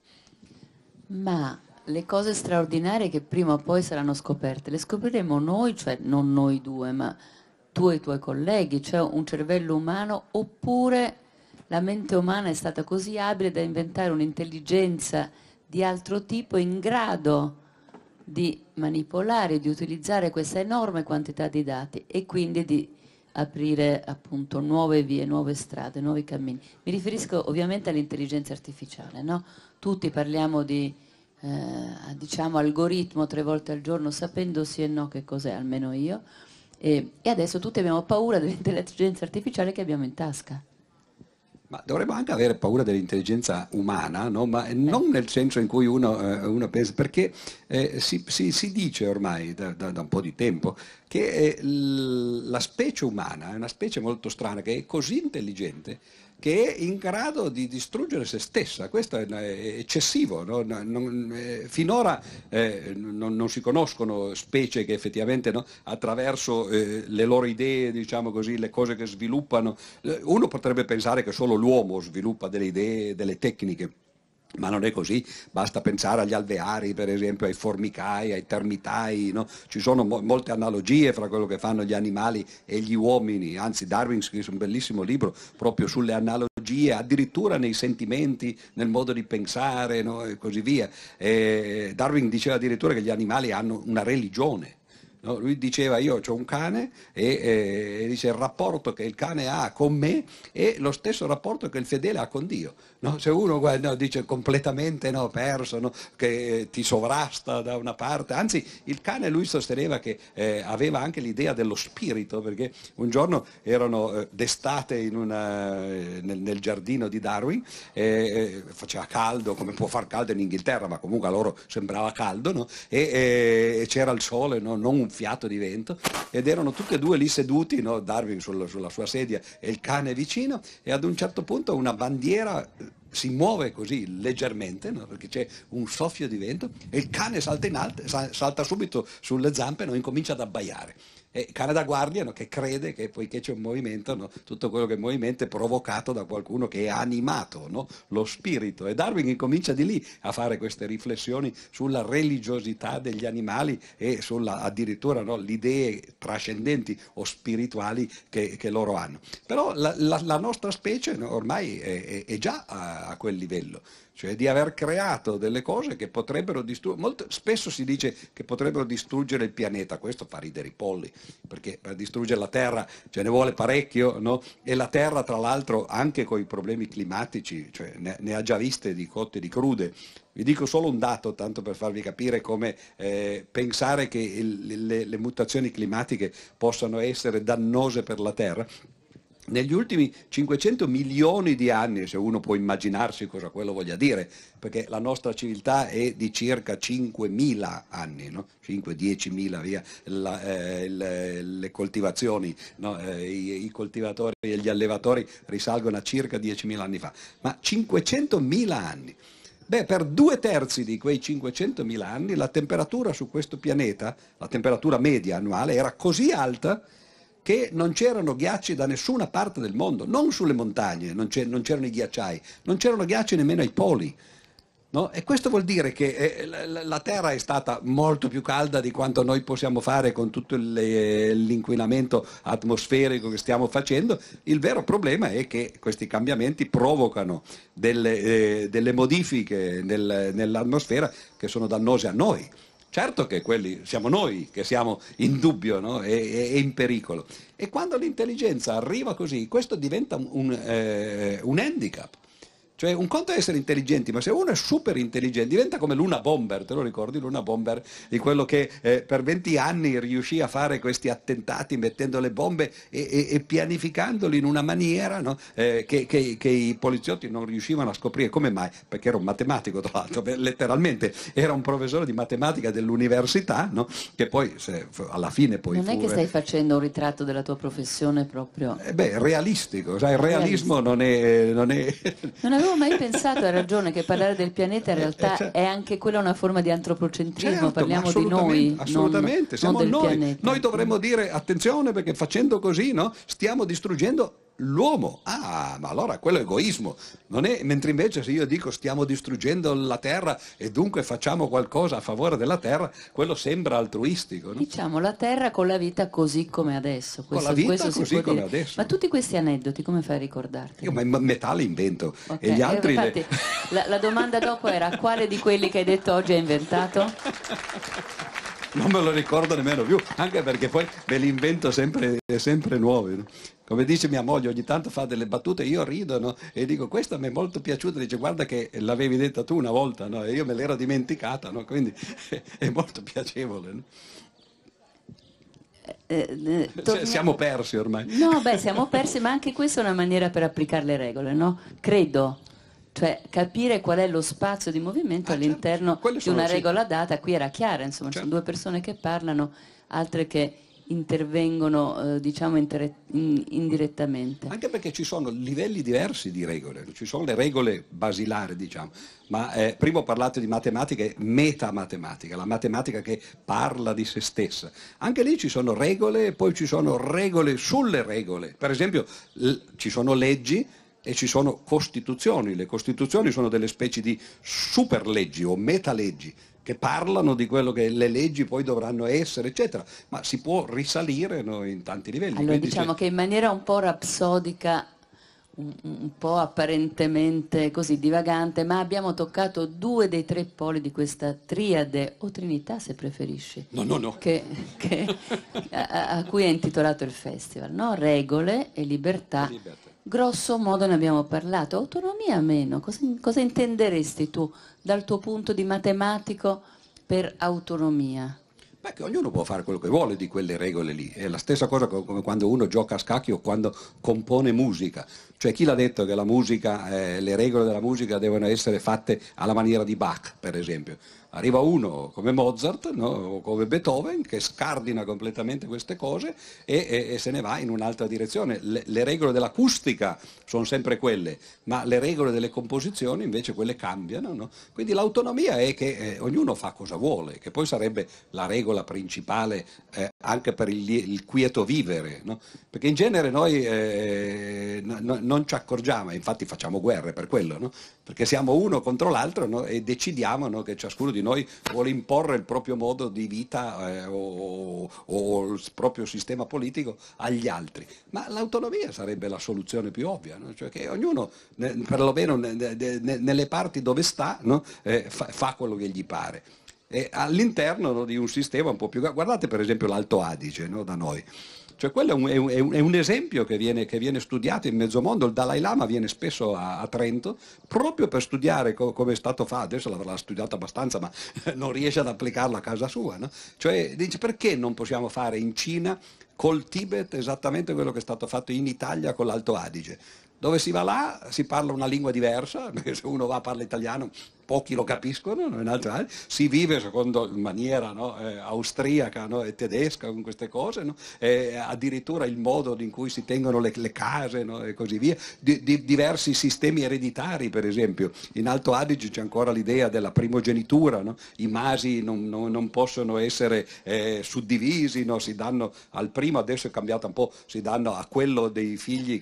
[SPEAKER 1] Ma le cose straordinarie che prima o poi saranno scoperte, le scopriremo noi, cioè non noi due, ma tu e i tuoi colleghi, cioè un cervello umano, oppure la mente umana è stata così abile da inventare un'intelligenza di altro tipo in grado di manipolare, di utilizzare questa enorme quantità di dati e quindi di aprire appunto nuove vie, nuove strade, nuovi cammini. Mi riferisco ovviamente all'intelligenza artificiale, no? Tutti parliamo di diciamo algoritmo 3 volte al giorno sapendo sì e no che cos'è, almeno io, e adesso tutti abbiamo paura dell'intelligenza artificiale che abbiamo in tasca.
[SPEAKER 2] Ma dovremmo anche avere paura dell'intelligenza umana, no? Ma
[SPEAKER 1] Eh,
[SPEAKER 2] non nel senso in cui uno pensa, perché si dice ormai da un po' di tempo che la specie umana è una specie molto strana, che è così intelligente che è in grado di distruggere se stessa. Questo è eccessivo, no? Finora non si conoscono specie che effettivamente, no, attraverso le loro idee, diciamo così, le cose che sviluppano, uno potrebbe pensare che solo l'uomo sviluppa delle idee, delle tecniche. Ma non è così, basta pensare agli alveari, per esempio, ai formicai, ai termitai, no? Ci sono molte analogie fra quello che fanno gli animali e gli uomini, anzi Darwin scrisse un bellissimo libro proprio sulle analogie, addirittura nei sentimenti, nel modo di pensare, no? E così via. Darwin diceva addirittura che gli animali hanno una religione. No? Lui diceva io ho un cane e dice il rapporto che il cane ha con me è lo stesso rapporto che il fedele ha con Dio. No? Se uno no, dice completamente, no, perso, no, che ti sovrasta da una parte, anzi il cane lui sosteneva che aveva anche l'idea dello spirito, perché un giorno erano d'estate nel giardino di Darwin, faceva caldo, come può far caldo in Inghilterra, ma comunque a loro sembrava caldo, no? E c'era il sole, no? Non un fiato di vento, ed erano tutti e due lì seduti, no? Darwin sulla sua sedia e il cane vicino, e ad un certo punto una bandiera si muove così leggermente, no? Perché c'è un soffio di vento e il cane salta in alto, salta subito sulle zampe, no? Incomincia ad abbaiare. E Canada Guardian che crede che poiché c'è un movimento, no, tutto quello che è movimento è provocato da qualcuno che è animato, no, lo spirito. E Darwin incomincia di lì a fare queste riflessioni sulla religiosità degli animali e sulla addirittura, no, le idee trascendenti o spirituali che loro hanno. Però la nostra specie, no, ormai è già a quel livello, cioè di aver creato delle cose che potrebbero distruggere, spesso si dice che potrebbero distruggere il pianeta, questo fa ridere i polli, perché per distruggere la Terra ce ne vuole parecchio, no? E la Terra tra l'altro anche con i problemi climatici, cioè ne ha già viste di cotte e di crude. Vi dico solo un dato, tanto per farvi capire come pensare che le mutazioni climatiche possano essere dannose per la Terra. Negli ultimi 500 milioni di anni, se uno può immaginarsi cosa quello voglia dire, perché la nostra civiltà è di circa 5.000 anni, no? 5-10.000 via le coltivazioni, no? I coltivatori e gli allevatori risalgono a circa 10.000 anni fa, ma 500.000 anni. Beh, per 2/3 di quei 500.000 anni la temperatura su questo pianeta, la temperatura media annuale, era così alta che non c'erano ghiacci da nessuna parte del mondo, non sulle montagne, non c'erano i ghiacciai, non c'erano ghiacci nemmeno ai poli. No? E questo vuol dire che la Terra è stata molto più calda di quanto noi possiamo fare con tutto l'inquinamento atmosferico che stiamo facendo. Il vero problema è che questi cambiamenti provocano delle modifiche nell'atmosfera che sono dannose a noi. Certo che quelli siamo noi che siamo in dubbio, no? e in pericolo. E quando l'intelligenza arriva così, questo diventa un handicap. Cioè un conto è essere intelligenti, ma se uno è super intelligente diventa come Luna Bomber, te lo ricordi Luna Bomber? Di quello che per 20 anni riuscì a fare questi attentati mettendo le bombe e pianificandoli in una maniera, no? che i poliziotti non riuscivano a scoprire. Come mai? Perché era un matematico, tra l'altro, letteralmente era un professore di matematica dell'università, no? Che poi alla fine poi
[SPEAKER 1] non è che stai facendo un ritratto della tua professione proprio...
[SPEAKER 2] realistico, sai, il realismo non è...
[SPEAKER 1] Non avevo mai pensato, hai ragione, che parlare del pianeta in realtà è anche quella una forma di antropocentrismo,
[SPEAKER 2] certo,
[SPEAKER 1] parliamo di noi,
[SPEAKER 2] assolutamente, siamo
[SPEAKER 1] non del
[SPEAKER 2] noi.
[SPEAKER 1] pianeta.
[SPEAKER 2] Noi dovremmo dire attenzione perché facendo così, no, stiamo distruggendo l'uomo. Ah, ma allora quello è egoismo. Non è, mentre invece se io dico stiamo distruggendo la Terra e dunque facciamo qualcosa a favore della Terra, quello sembra altruistico. No?
[SPEAKER 1] Diciamo la Terra con la vita così come adesso.
[SPEAKER 2] Con la vita
[SPEAKER 1] questo
[SPEAKER 2] così come adesso.
[SPEAKER 1] Ma tutti questi aneddoti come fai a ricordarti?
[SPEAKER 2] Io metà li invento.
[SPEAKER 1] Okay.
[SPEAKER 2] E gli altri
[SPEAKER 1] infatti, la domanda dopo era quale di quelli che hai detto oggi hai inventato?
[SPEAKER 2] Non me lo ricordo nemmeno più, anche perché poi me li invento sempre nuovi. No? Come dice mia moglie, ogni tanto fa delle battute, io rido, no? E dico questa mi è molto piaciuta, dice guarda che l'avevi detta tu una volta, no? E io me l'ero dimenticata, no? Quindi è molto piacevole. No? Siamo persi ormai.
[SPEAKER 1] No, beh, siamo persi, ma anche questa è una maniera per applicare le regole, no? Credo. Cioè capire qual è lo spazio di movimento all'interno di una regola data, qui era chiara, insomma, certo. Sono due persone che parlano, altre che intervengono diciamo indirettamente.
[SPEAKER 2] Anche perché ci sono livelli diversi di regole, ci sono le regole basilari, diciamo, ma prima ho parlato di matematica e metamatematica, la matematica che parla di se stessa. Anche lì ci sono regole e poi ci sono regole sulle regole. Per esempio ci sono leggi e ci sono costituzioni. Le costituzioni sono delle specie di superleggi o metaleggi che parlano di quello che le leggi poi dovranno essere, eccetera, ma si può risalire, no, in tanti livelli.
[SPEAKER 1] Allora diciamo che in maniera un po' rapsodica, un po' apparentemente così divagante, ma abbiamo toccato 2 dei 3 poli di questa triade, o trinità se preferisci,
[SPEAKER 2] no.
[SPEAKER 1] a cui è intitolato il festival, no? Regole e libertà. Grosso modo ne abbiamo parlato. Autonomia meno, cosa intenderesti tu dal tuo punto di matematico per autonomia?
[SPEAKER 2] Beh, che ognuno può fare quello che vuole di quelle regole lì, è la stessa cosa come quando uno gioca a scacchi o quando compone musica, cioè chi l'ha detto che la musica, le regole della musica devono essere fatte alla maniera di Bach, per esempio? Arriva uno come Mozart, no? O come Beethoven, che scardina completamente queste cose e se ne va in un'altra direzione. Le regole dell'acustica sono sempre quelle, ma le regole delle composizioni invece quelle cambiano, no? Quindi l'autonomia è che ognuno fa cosa vuole, che poi sarebbe la regola principale anche per il quieto vivere, no? Perché in genere noi non ci accorgiamo, e infatti facciamo guerre per quello, no? Perché siamo uno contro l'altro, no? E decidiamo, no, che ciascuno di noi vuole imporre il proprio modo di vita o il proprio sistema politico agli altri. Ma l'autonomia sarebbe la soluzione più ovvia, no? Cioè che ognuno, perlomeno nelle parti dove sta, no? Fa quello che gli pare. All'interno, no, di un sistema un po' più... Guardate per esempio l'Alto Adige, no, da noi. Cioè quello è un esempio che viene studiato in mezzo mondo. Il Dalai Lama viene spesso a Trento proprio per studiare come è stato fatto. Adesso l'avrà studiato abbastanza, ma non riesce ad applicarlo a casa sua, no? Cioè dice, perché non possiamo fare in Cina col Tibet esattamente quello che è stato fatto in Italia con l'Alto Adige? Dove si va là si parla una lingua diversa, perché se uno va a parla italiano pochi lo capiscono, no? In altre, si vive secondo in maniera, no? Austriaca, no? E tedesca con queste cose, no? Addirittura il modo in cui si tengono le case, no? E così via, diversi sistemi ereditari per esempio. In Alto Adige c'è ancora l'idea della primogenitura, no? I masi non possono essere suddivisi, no? Si danno al primo, adesso è cambiato un po', si danno a quello dei figli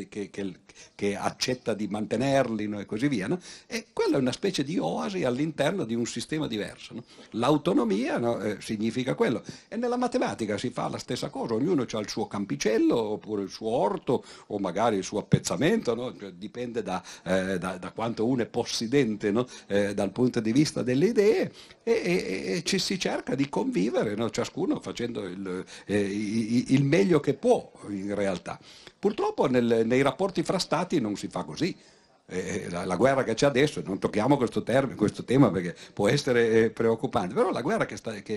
[SPEAKER 2] che accetta di mantenerli, no? E così via, no? E quella è una specie di oasi all'interno di un sistema diverso, no? L'autonomia, no? Significa quello. E nella matematica si fa la stessa cosa, ognuno ha il suo campicello oppure il suo orto o magari il suo appezzamento, no? Cioè, dipende da quanto uno è possidente, no? Dal punto di vista delle idee e ci si cerca di convivere, no? Ciascuno facendo il meglio che può in realtà. Purtroppo nei rapporti fra stati non si fa così. La guerra che c'è adesso, non tocchiamo questo tema perché può essere preoccupante, però la guerra che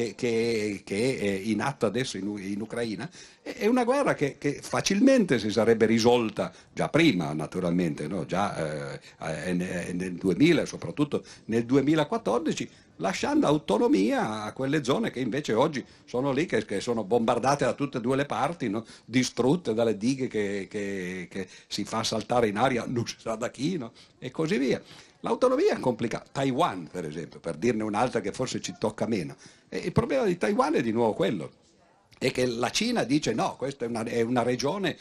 [SPEAKER 2] è in atto adesso in Ucraina è una guerra che facilmente si sarebbe risolta già prima, naturalmente, no? Già nel 2000, soprattutto nel 2014, lasciando autonomia a quelle zone che invece oggi sono lì, che sono bombardate da tutte e due le parti, no? Distrutte dalle dighe che si fa saltare in aria non si sa da chi, no? E così via. L'autonomia è complicata. Taiwan, per esempio, per dirne un'altra che forse ci tocca meno. E il problema di Taiwan è di nuovo quello. È che la Cina dice no, questa è una regione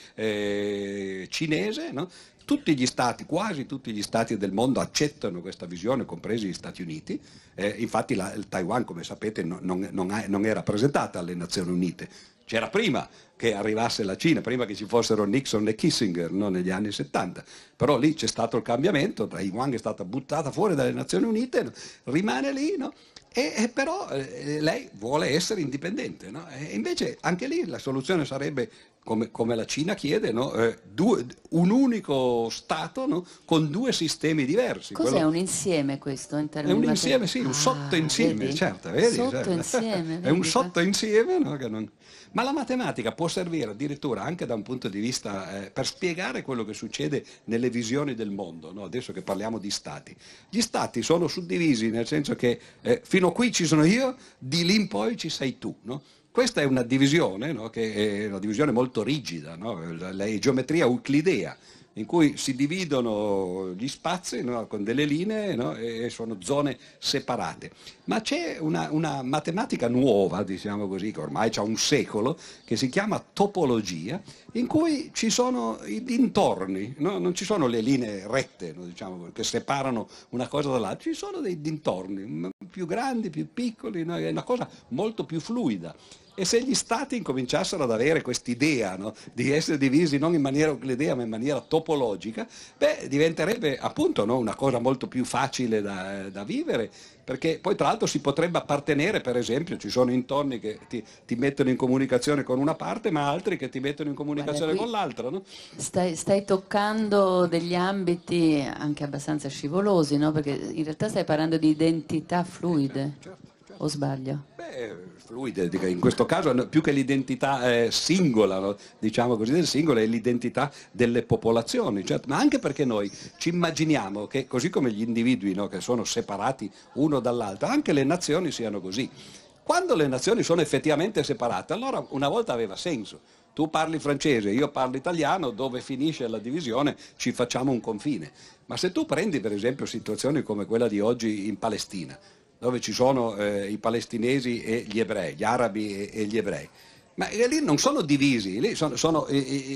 [SPEAKER 2] cinese, no? Tutti gli stati, quasi tutti gli stati del mondo accettano questa visione, compresi gli Stati Uniti. Infatti il Taiwan, come sapete, non è rappresentata alle Nazioni Unite. C'era prima che arrivasse la Cina, prima che ci fossero Nixon e Kissinger, no? Negli anni 70. Però lì c'è stato il cambiamento, Taiwan è stata buttata fuori dalle Nazioni Unite, no? Rimane lì, no? Però lei vuole essere indipendente, no? E invece anche lì la soluzione sarebbe, come la Cina chiede, no? Un unico Stato, no? Con due sistemi diversi.
[SPEAKER 1] Cos'è un insieme questo in termini
[SPEAKER 2] È un insieme, sì, un sottoinsieme,
[SPEAKER 1] vedi?
[SPEAKER 2] certo, vedi?
[SPEAKER 1] Sottoinsieme,
[SPEAKER 2] È un
[SPEAKER 1] vedi?
[SPEAKER 2] sottoinsieme, no? Ma la matematica può servire addirittura anche da un punto di vista per spiegare quello che succede nelle visioni del mondo, no? Adesso che parliamo di stati. Gli stati sono suddivisi nel senso che fino a qui ci sono io, di lì in poi ci sei tu, no? Questa è una divisione, no? Che è una divisione molto rigida, no? La geometria euclidea, in cui si dividono gli spazi, no? Con delle linee, no? E sono zone separate. Ma c'è una matematica nuova, diciamo così, che ormai ha un secolo, che si chiama topologia, in cui ci sono i dintorni, no? Non ci sono le linee rette, no? Diciamo, che separano una cosa dall'altra, ci sono dei dintorni, più grandi, più piccoli, no? È una cosa molto più fluida. E se gli stati incominciassero ad avere quest'idea, no? Di essere divisi non in maniera euclidea ma in maniera topologica, diventerebbe appunto, no? Una cosa molto più facile da vivere, perché poi tra l'altro si potrebbe appartenere, per esempio ci sono intorni che ti mettono in comunicazione con una parte ma altri che ti mettono in comunicazione con l'altra, no?
[SPEAKER 1] Stai toccando degli ambiti anche abbastanza scivolosi, no? Perché in realtà stai parlando di identità fluide.
[SPEAKER 2] Certo.
[SPEAKER 1] o sbaglio?
[SPEAKER 2] Beh, fluide, in questo caso più che l'identità singola, no? Diciamo così, del singolo, è l'identità delle popolazioni, certo, ma anche perché noi ci immaginiamo che così come gli individui, no, che sono separati uno dall'altro, anche le nazioni siano così. Quando le nazioni sono effettivamente separate, allora una volta aveva senso. Tu parli francese, io parlo italiano, dove finisce la divisione ci facciamo un confine. Ma se tu prendi per esempio situazioni come quella di oggi in Palestina, dove ci sono i palestinesi e gli ebrei, gli arabi e gli ebrei, ma lì non sono divisi, lì sono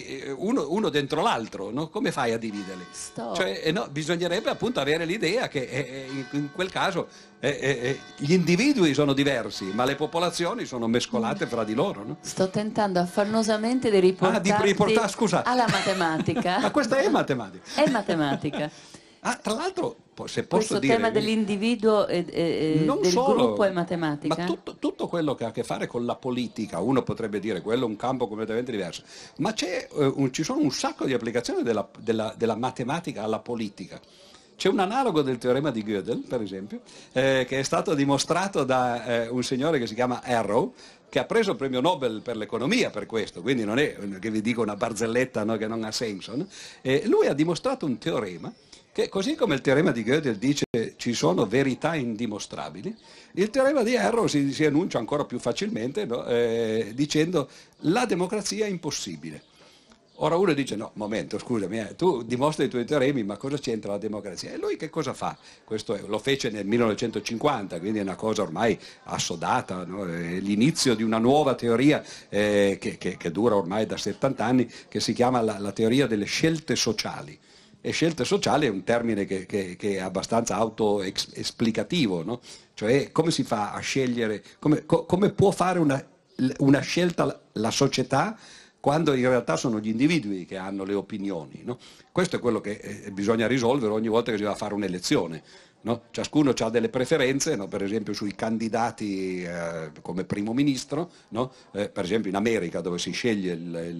[SPEAKER 2] uno dentro l'altro, no? Come fai a dividerli? Cioè, no, bisognerebbe appunto avere l'idea che in quel caso gli individui sono diversi, ma le popolazioni sono mescolate fra di loro. No?
[SPEAKER 1] Sto tentando affannosamente di riportarti
[SPEAKER 2] scusa.
[SPEAKER 1] alla matematica.
[SPEAKER 2] Ma questa è matematica.
[SPEAKER 1] È matematica.
[SPEAKER 2] Tra l'altro, se posso
[SPEAKER 1] Questo
[SPEAKER 2] dire...
[SPEAKER 1] tema dell'individuo e del gruppo è matematica?
[SPEAKER 2] Ma tutto quello che ha a che fare con la politica, uno potrebbe dire quello è un campo completamente diverso, ma ci sono un sacco di applicazioni della matematica alla politica. C'è un analogo del teorema di Gödel, per esempio, che è stato dimostrato da un signore che si chiama Arrow, che ha preso il premio Nobel per l'economia per questo, quindi non è che vi dico una barzelletta, no, che non ha senso. No? Lui ha dimostrato un teorema che, così come il teorema di Gödel dice ci sono verità indimostrabili, il teorema di Arrow si enuncia ancora più facilmente, no? Dicendo la democrazia è impossibile. Ora uno dice no, momento, scusami, tu dimostri i tuoi teoremi, ma cosa c'entra la democrazia? E lui che cosa fa? Lo fece nel 1950, quindi è una cosa ormai assodata, no? L'inizio di una nuova teoria che dura ormai da 70 anni, che si chiama la teoria delle scelte sociali. E scelte sociali è un termine che è abbastanza autoesplicativo, no? Cioè come si fa a scegliere, come può fare una scelta la società quando in realtà sono gli individui che hanno le opinioni, no? Questo è quello che bisogna risolvere ogni volta che si va a fare un'elezione. No? Ciascuno ha delle preferenze, no? Per esempio sui candidati come primo ministro, no? Per esempio in America dove si sceglie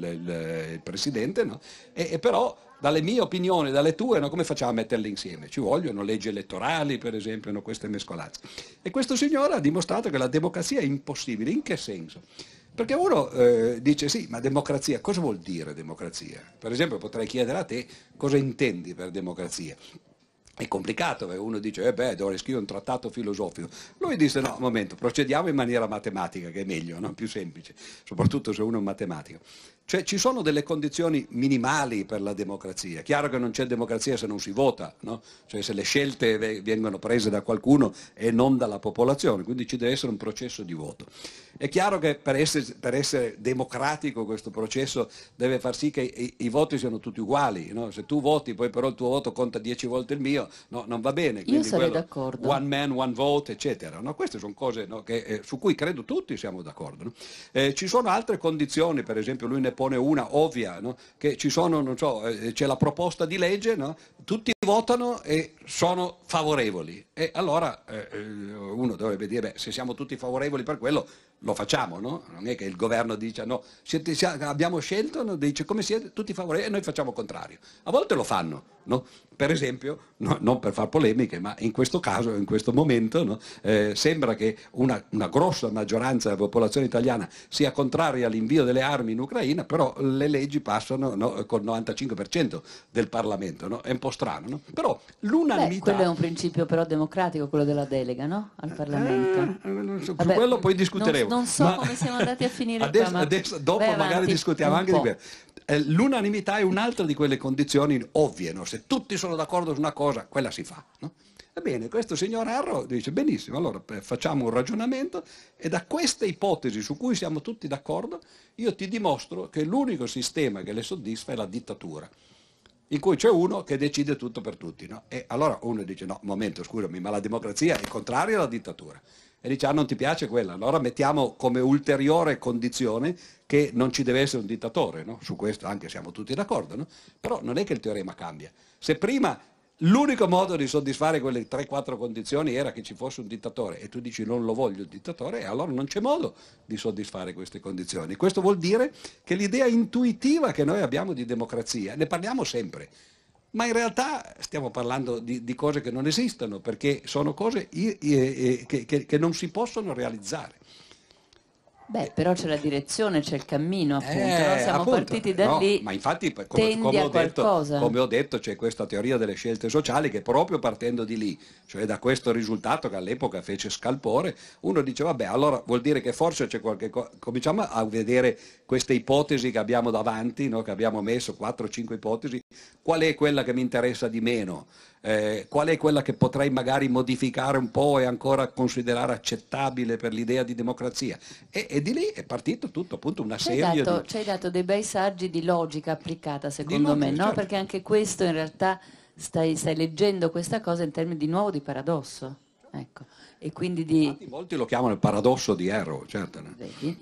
[SPEAKER 2] il presidente, no? E però dalle mie opinioni, dalle tue, no? Come facciamo a metterle insieme? Ci vogliono leggi elettorali, per esempio, no? Queste mescolanze. E questo signore ha dimostrato che la democrazia è impossibile. In che senso? Perché uno dice sì, ma democrazia, cosa vuol dire democrazia? Per esempio potrei chiedere a te cosa intendi per democrazia. È complicato, perché uno dice, dovrei scrivere un trattato filosofico. Lui disse, no, un momento, procediamo in maniera matematica, che è meglio, no? Più semplice, soprattutto se uno è un matematico. Cioè ci sono delle condizioni minimali per la democrazia. Chiaro che non c'è democrazia se non si vota, no? Cioè se le scelte vengono prese da qualcuno e non dalla popolazione, quindi ci deve essere un processo di voto. È chiaro che per essere democratico questo processo deve far sì che i voti siano tutti uguali, no? Se tu voti poi però il tuo voto conta 10 volte il mio, no, non va bene.
[SPEAKER 1] Io sarei d'accordo.
[SPEAKER 2] One man, one vote, eccetera. No? Queste sono cose, no, su cui credo tutti siamo d'accordo. No? Ci sono altre condizioni, per esempio lui ne pone una ovvia, no? Che ci sono, non so, c'è la proposta di legge, no? Tutti votano e sono favorevoli. E allora uno dovrebbe dire, se siamo tutti favorevoli per quello, lo facciamo, no? Non è che il governo dice no, abbiamo scelto, no? Dice come siete tutti favorevoli e noi facciamo il contrario. A volte lo fanno, no? Per esempio, no, non per far polemiche, ma in questo caso, in questo momento, no? Sembra che una grossa maggioranza della popolazione italiana sia contraria all'invio delle armi in Ucraina, però le leggi passano, no? Col 95% del Parlamento, no? È un po' strano, no? Però l'unanimità...
[SPEAKER 1] quello è un principio però democratico, quello della delega, no? Al Parlamento.
[SPEAKER 2] Su quello poi discuteremo.
[SPEAKER 1] Non so come siamo andati a finire
[SPEAKER 2] adesso, dopo magari discutiamo anche di quello. L'unanimità è un'altra di quelle condizioni ovvie, no? Se tutti sono d'accordo su una cosa, quella si fa, no? Va bene, questo signor Arrow dice benissimo, allora facciamo un ragionamento e da queste ipotesi su cui siamo tutti d'accordo io ti dimostro che l'unico sistema che le soddisfa è la dittatura, in cui c'è uno che decide tutto per tutti, no? E allora uno dice no, momento, scusami, ma la democrazia è contraria alla dittatura. E dice non ti piace quella, allora mettiamo come ulteriore condizione che non ci deve essere un dittatore, no? Su questo anche siamo tutti d'accordo, no? Però non è che il teorema cambia. Se prima l'unico modo di soddisfare quelle 3-4 condizioni era che ci fosse un dittatore e tu dici non lo voglio il dittatore, e allora non c'è modo di soddisfare queste condizioni. Questo vuol dire che l'idea intuitiva che noi abbiamo di democrazia, ne parliamo sempre, ma in realtà stiamo parlando di cose che non esistono, perché sono cose che non si possono realizzare.
[SPEAKER 1] Beh, però c'è la direzione, c'è il cammino, appunto, no? Siamo
[SPEAKER 2] Appunto,
[SPEAKER 1] partiti da
[SPEAKER 2] no,
[SPEAKER 1] lì,
[SPEAKER 2] ma infatti
[SPEAKER 1] tendi a qualcosa.
[SPEAKER 2] come ho detto c'è questa teoria delle scelte sociali che proprio partendo di lì, cioè da questo risultato che all'epoca fece scalpore, uno dice vabbè, allora vuol dire che forse c'è qualche cosa, cominciamo a vedere queste ipotesi che abbiamo davanti, no? Che abbiamo messo 4-5 ipotesi, qual è quella che mi interessa di meno? Qual è quella che potrei magari modificare un po' e ancora considerare accettabile per l'idea di democrazia? E di lì è partito tutto, appunto, una serie di...
[SPEAKER 1] Ci hai dato dei bei saggi di logica applicata, secondo me,
[SPEAKER 2] logica,
[SPEAKER 1] no?
[SPEAKER 2] certo.
[SPEAKER 1] Perché anche questo in realtà stai leggendo questa cosa in termini di nuovo di paradosso. Ecco. E quindi di...
[SPEAKER 2] Infatti molti lo chiamano il paradosso di Arrow, certo. No?
[SPEAKER 1] Vedi?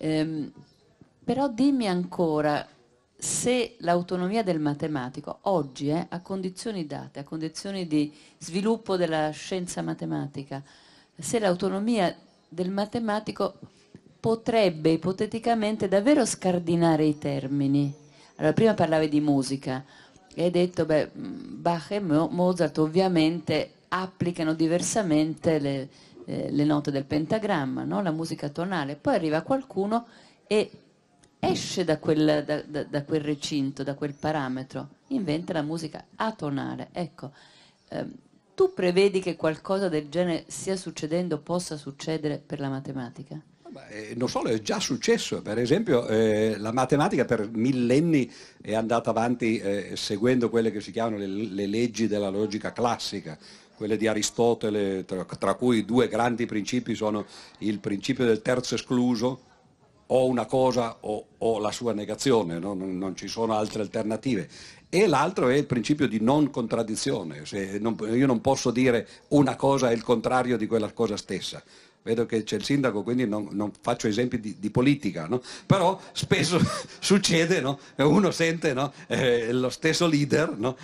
[SPEAKER 1] Però dimmi ancora se l'autonomia del matematico oggi, a condizioni date, a condizioni di sviluppo della scienza matematica, se l'autonomia del matematico potrebbe ipoteticamente davvero scardinare i termini. Allora, prima parlavi di musica e hai detto, beh, Bach e Mozart ovviamente applicano diversamente le note del pentagramma, no? La musica tonale. Poi arriva qualcuno e esce da quel recinto, da quel parametro, inventa la musica atonale. Ecco, tu prevedi che qualcosa del genere stia succedendo, possa succedere per la matematica?
[SPEAKER 2] Non solo, è già successo, per esempio la matematica per millenni è andata avanti seguendo quelle che si chiamano le leggi della logica classica, quelle di Aristotele, tra cui due grandi principi sono il principio del terzo escluso, o una cosa o la sua negazione, no? Non ci sono altre alternative. E l'altro è il principio di non contraddizione, io non posso dire una cosa è il contrario di quella cosa stessa. Vedo che c'è il sindaco, quindi non faccio esempi di politica, no? Però spesso succede, no? Uno sente, no? Lo stesso leader, no?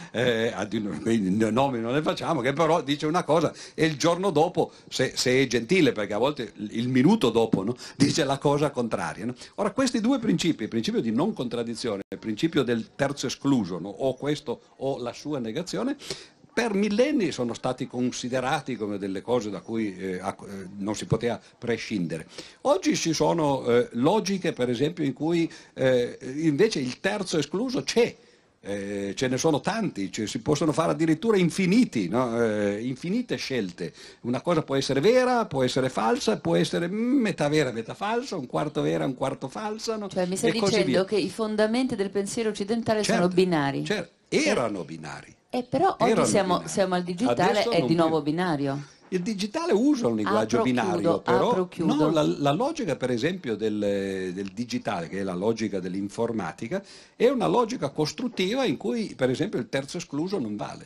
[SPEAKER 2] Nomi non ne facciamo, che però dice una cosa e il giorno dopo, se è gentile, perché a volte il minuto dopo, no? Dice la cosa contraria. No? Ora questi due principi, il principio di non contraddizione e il principio del terzo escluso, no? O questo o la sua negazione, per millenni sono stati considerati come delle cose da cui non si poteva prescindere. Oggi ci sono logiche, per esempio, in cui invece il terzo escluso c'è. Ce ne sono tanti, si possono fare addirittura infiniti, no? Infinite scelte. Una cosa può essere vera, può essere falsa, può essere metà vera, metà falsa, un quarto vera, un quarto falsa. No?
[SPEAKER 1] Cioè mi stai dicendo che i fondamenti del pensiero occidentale
[SPEAKER 2] certo,
[SPEAKER 1] sono binari?
[SPEAKER 2] Certo, erano binari.
[SPEAKER 1] Però oggi siamo al digitale,
[SPEAKER 2] Adesso
[SPEAKER 1] è di nuovo
[SPEAKER 2] più.
[SPEAKER 1] binario.
[SPEAKER 2] Il digitale usa un linguaggio binario, però no, la logica per esempio del digitale, che è la logica dell'informatica, è una logica costruttiva in cui per esempio il terzo escluso non vale.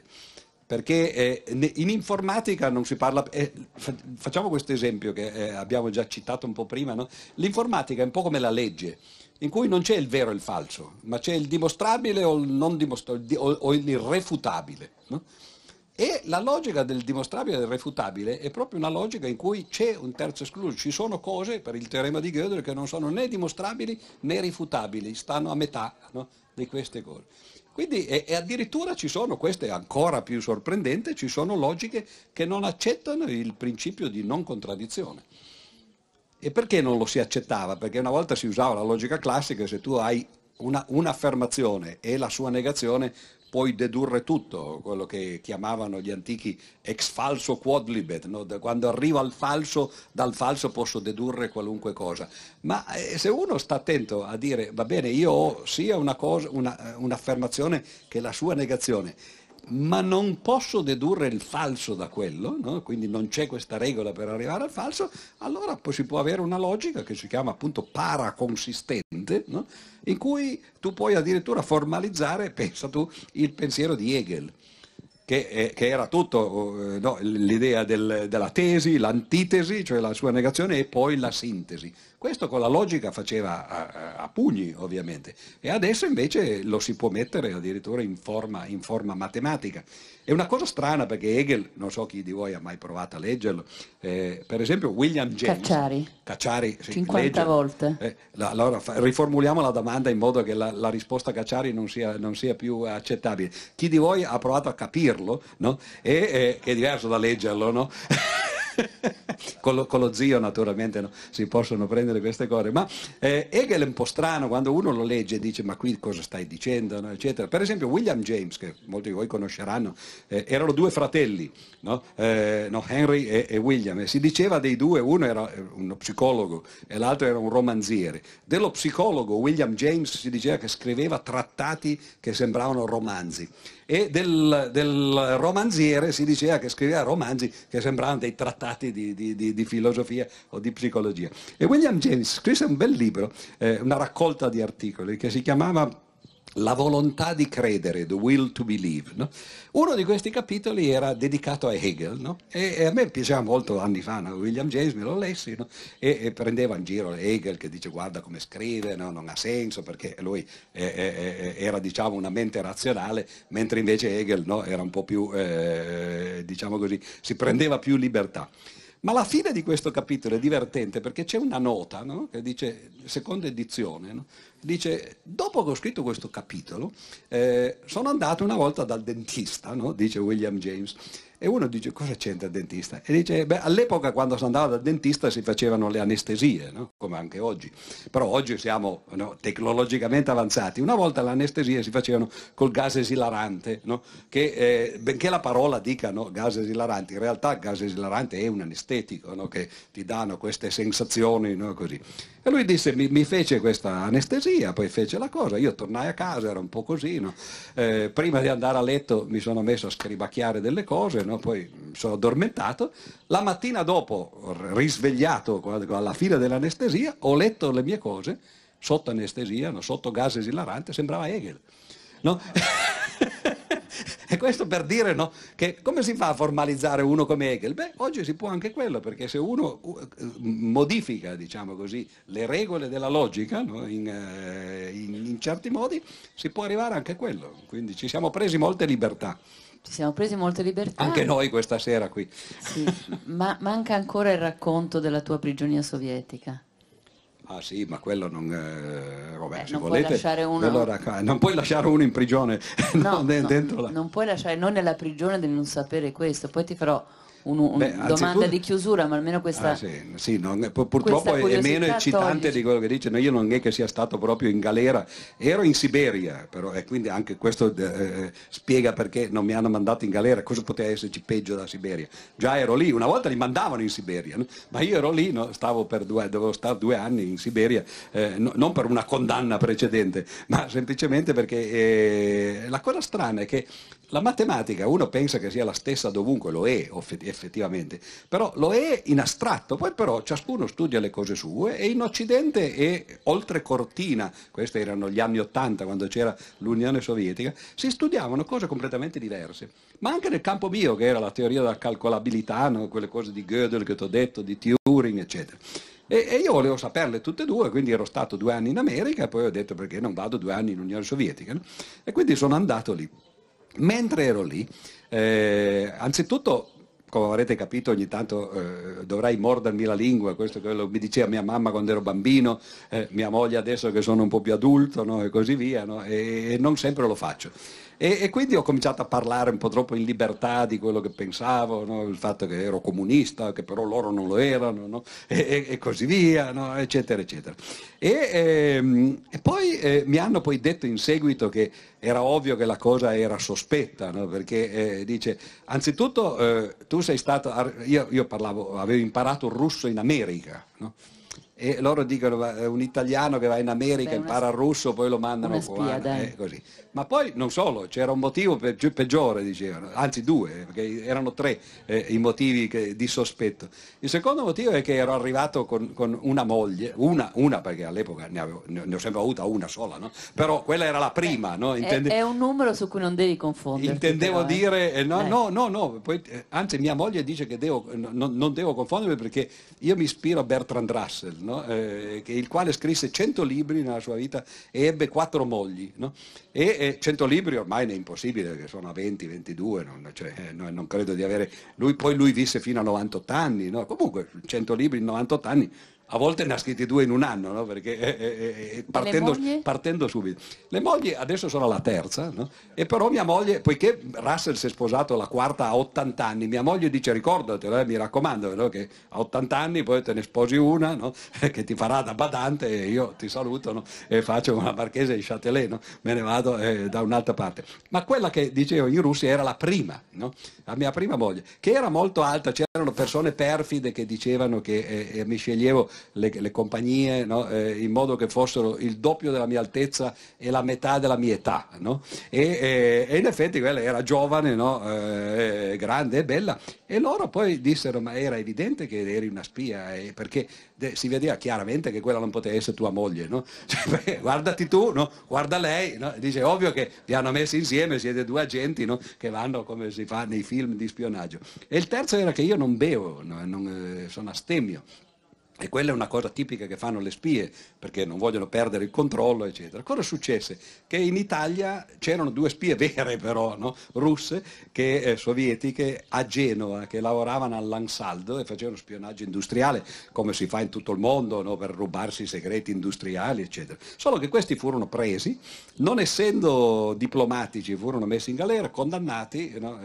[SPEAKER 2] Perché in informatica non si parla, facciamo questo esempio che abbiamo già citato un po' prima, no? L'informatica è un po' come la legge, in cui non c'è il vero e il falso, ma c'è il dimostrabile o il non dimostrabile o l'irrefutabile. No? E la logica del dimostrabile e del refutabile è proprio una logica in cui c'è un terzo escluso, ci sono cose per il teorema di Gödel che non sono né dimostrabili né rifutabili, stanno a metà, no? Di queste cose. Quindi, e addirittura ci sono, questo è ancora più sorprendente, ci sono logiche che non accettano il principio di non contraddizione. E perché non lo si accettava? Perché una volta si usava la logica classica, se tu hai un'affermazione e la sua negazione puoi dedurre tutto, quello che chiamavano gli antichi ex falso quod libet, no? Quando arriva al falso, dal falso posso dedurre qualunque cosa. Ma se uno sta attento a dire, va bene, io ho sia una cosa, un'affermazione che la sua negazione, ma non posso dedurre il falso da quello, no? Quindi non c'è questa regola per arrivare al falso, allora poi si può avere una logica che si chiama appunto paraconsistente, no? In cui tu puoi addirittura formalizzare, pensa tu, il pensiero di Hegel, che era tutto no? L'idea della tesi, l'antitesi, cioè la sua negazione, e poi la sintesi. Questo con la logica faceva a pugni, ovviamente, e adesso invece lo si può mettere addirittura in forma matematica. È una cosa strana perché Hegel, non so chi di voi ha mai provato a leggerlo, per esempio William James. Cacciari sì,
[SPEAKER 1] 50
[SPEAKER 2] leggerlo.
[SPEAKER 1] volte.
[SPEAKER 2] Allora riformuliamo la domanda in modo che la risposta a Cacciari non sia più accettabile. Chi di voi ha provato a capirlo, no? Che è diverso da leggerlo, no? Con lo zio naturalmente no? Si possono prendere queste cose, ma Hegel è un po' strano quando uno lo legge e dice ma qui cosa stai dicendo, no? Eccetera. Per esempio William James, che molti di voi conosceranno, erano due fratelli, no? Henry e William, e si diceva dei due, uno era uno psicologo e l'altro era un romanziere. Dello psicologo William James si diceva che scriveva trattati che sembravano romanzi, e del romanziere si diceva che scriveva romanzi che sembravano dei trattati di filosofia o di psicologia. E William James scrisse un bel libro, una raccolta di articoli che si chiamava La volontà di credere, The Will to Believe, no? Uno di questi capitoli era dedicato a Hegel, no? E a me piaceva molto anni fa, no? William James, me lo lessi, no? E prendeva in giro Hegel che dice guarda come scrive, no? Non ha senso perché lui era diciamo una mente razionale, mentre invece Hegel no? Era un po' più, diciamo così, si prendeva più libertà. Ma la fine di questo capitolo è divertente perché c'è una nota, no? Che dice, seconda edizione, no? Dice, dopo che ho scritto questo capitolo, sono andato una volta dal dentista, no? Dice William James, e uno dice, cosa c'entra il dentista? E dice, beh, all'epoca quando si andava dal dentista si facevano le anestesie, no? Come anche oggi, però oggi siamo no, tecnologicamente avanzati. Una volta le anestesie si facevano col gas esilarante, no? Che benché la parola dica no, gas esilarante, in realtà il gas esilarante è un anestetico, no? Che ti danno queste sensazioni, no? Così. E lui disse, mi fece questa anestesia, poi fece la cosa, io tornai a casa, era un po' così, no? Prima di andare a letto mi sono messo a scribacchiare delle cose, no? Poi mi sono addormentato, la mattina dopo, risvegliato alla fine dell'anestesia, ho letto le mie cose, sotto anestesia, no? Sotto gas esilarante, sembrava Hegel. No? E questo per dire no, che come si fa a formalizzare uno come Hegel? Beh, oggi si può anche quello, perché se uno modifica, diciamo così, le regole della logica no, in certi modi, si può arrivare anche a quello. Quindi ci siamo presi molte libertà.
[SPEAKER 1] Ci siamo presi molte libertà.
[SPEAKER 2] Anche noi questa sera qui.
[SPEAKER 1] Sì, ma manca ancora il racconto della tua prigionia sovietica.
[SPEAKER 2] Ah sì, ma quello non... vabbè, se
[SPEAKER 1] non
[SPEAKER 2] volete...
[SPEAKER 1] puoi lasciare uno...
[SPEAKER 2] non puoi lasciare uno in prigione. Dentro la...
[SPEAKER 1] non puoi lasciare, non nella prigione di non sapere questo. Poi ti farò una domanda
[SPEAKER 2] anzitutto...
[SPEAKER 1] di chiusura, ma almeno questa...
[SPEAKER 2] sì, purtroppo è meno eccitante di quello che dice. No, io non è che sia stato proprio in galera, ero in Siberia, però, e quindi anche questo spiega perché non mi hanno mandato in galera, cosa poteva esserci peggio da Siberia. Già ero lì, una volta li mandavano in Siberia, no? Ma io ero lì, no? Dovevo stare 2 anni in Siberia, non per una condanna precedente, ma semplicemente perché la cosa strana è che la matematica uno pensa che sia la stessa dovunque, lo è effettivamente, però lo è in astratto, poi però ciascuno studia le cose sue e in Occidente e oltre cortina, questi erano gli anni '80 quando c'era l'Unione Sovietica, si studiavano cose completamente diverse, ma anche nel campo mio che era la teoria della calcolabilità, no? Quelle cose di Gödel che ti ho detto, di Turing eccetera. E io volevo saperle tutte e due, quindi ero stato 2 anni in America e poi ho detto perché non vado 2 anni in Unione Sovietica, no? E quindi sono andato lì. Mentre ero lì, anzitutto, come avrete capito, ogni tanto dovrei mordermi la lingua, questo quello mi diceva mia mamma quando ero bambino, mia moglie adesso che sono un po' più adulto, no? E così via, no? E non sempre lo faccio. E quindi ho cominciato a parlare un po' troppo in libertà di quello che pensavo, no? Il fatto che ero comunista, che però loro non lo erano, no? E così via, no? Eccetera, eccetera. E poi mi hanno poi detto in seguito che era ovvio che la cosa era sospetta, no? Perché dice, anzitutto tu sei stato, io parlavo, avevo imparato il russo in America, no? E loro dicono un italiano che va in America impara il russo, poi lo mandano qua, così. Ma poi non solo, c'era un motivo peggiore, dicevano, anzi 2, perché erano 3 i motivi di sospetto. Il secondo motivo è che ero arrivato con una moglie, una perché all'epoca ne ho sempre avuta una sola, no? Però quella era la prima, no?
[SPEAKER 1] È un numero su cui non devi confondere.
[SPEAKER 2] Intendevo dire, no, poi, anzi mia moglie dice che non devo confondermi perché io mi ispiro a Bertrand Russell, no? no? Il quale scrisse 100 libri nella sua vita e ebbe 4 mogli, no? E 100 libri ormai è impossibile, perché sono a 20, 22, non credo di avere... Lui visse fino a 98 anni, no? Comunque 100 libri in 98 anni, a volte ne ha scritti 2 in un anno, no? Perché partendo subito. Le mogli adesso sono alla terza, no? E però mia moglie, poiché Russell si è sposato la quarta a 80 anni, mia moglie dice ricordatelo, mi raccomando, no? Che a 80 anni poi te ne sposi una, no? Che ti farà da badante e io ti saluto, no? E faccio una marchese di Châtelet, no? Me ne vado da un'altra parte. Ma quella che dicevo in Russia era la prima, no? La mia prima moglie, che era molto alta, c'erano persone perfide che dicevano che mi sceglievo le compagnie, no? In modo che fossero il doppio della mia altezza e la metà della mia età, no? E in effetti quella era giovane, no? Grande e bella, e loro poi dissero ma era evidente che eri una spia, perché si vedeva chiaramente che quella non poteva essere tua moglie, no? Cioè, guardati tu, no? Guarda lei, no? Dice ovvio che vi hanno messi insieme, siete 2 agenti, no? Che vanno come si fa nei film di spionaggio. E il terzo era che io non bevo, no? Sono astemio. E quella è una cosa tipica che fanno le spie, perché non vogliono perdere il controllo, eccetera. Cosa successe? Che in Italia c'erano 2 spie vere però, no? Russe, sovietiche, a Genova, che lavoravano all'Ansaldo e facevano spionaggio industriale, come si fa in tutto il mondo, no? Per rubarsi i segreti industriali, eccetera. Solo che questi furono presi, non essendo diplomatici, furono messi in galera, condannati, no?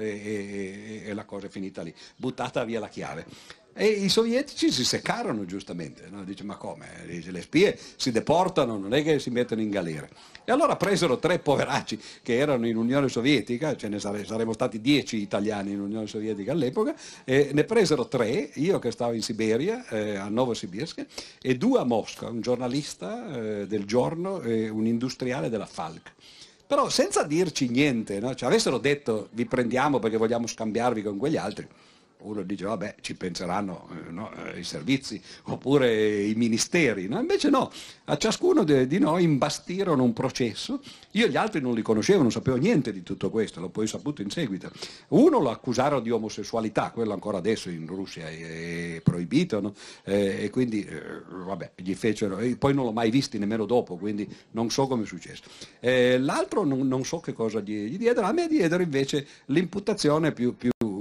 [SPEAKER 2] E la cosa è finita lì, buttata via la chiave. E i sovietici si seccarono giustamente, no? Dice ma come? Dice, le spie si deportano, non è che si mettono in galera. E allora presero 3 poveracci che erano in Unione Sovietica, ce ne saremmo stati 10 italiani in Unione Sovietica all'epoca, e ne presero 3, io che stavo in Siberia, a Novosibirsk, e 2 a Mosca, un giornalista del giorno e un industriale della Falk. Però senza dirci niente, no? Ci avessero detto vi prendiamo perché vogliamo scambiarvi con quegli altri. Uno dice vabbè ci penseranno no, i servizi oppure i ministeri, no? Invece no, a ciascuno di noi imbastirono un processo. Io gli altri non li conoscevo, non sapevo niente di tutto questo, l'ho poi saputo in seguito. Uno lo accusarono di omosessualità, quello ancora adesso in Russia è proibito, no? E quindi vabbè gli fecero, e poi non l'ho mai visti nemmeno dopo, quindi non so come è successo. L'altro non so che cosa gli diedero, a me diedero invece l'imputazione più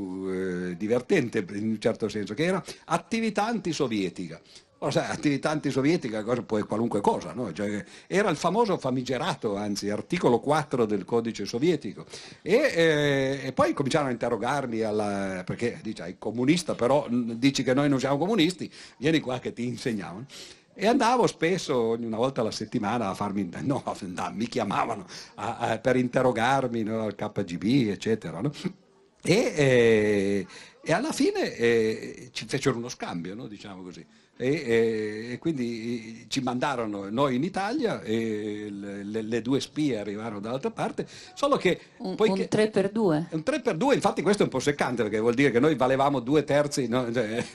[SPEAKER 2] divertente in un certo senso, che era attività antisovietica. Attività antisovietica poi qualunque cosa, no? Cioè, era il famoso famigerato, anzi, articolo 4 del codice sovietico. E poi cominciarono a interrogarmi, perché dice, è comunista, però dici che noi non siamo comunisti, vieni qua che ti insegnavano. E andavo spesso, una volta alla settimana, a farmi, no, mi chiamavano per interrogarmi, no, al KGB, eccetera, no? E alla fine ci fecero uno scambio, no? Diciamo così. E quindi ci mandarono noi in Italia e le 2 spie arrivarono dall'altra parte, solo che
[SPEAKER 1] un 3x2.
[SPEAKER 2] Un 3x2, infatti questo è un po' seccante perché vuol dire che noi valevamo 2/3, no?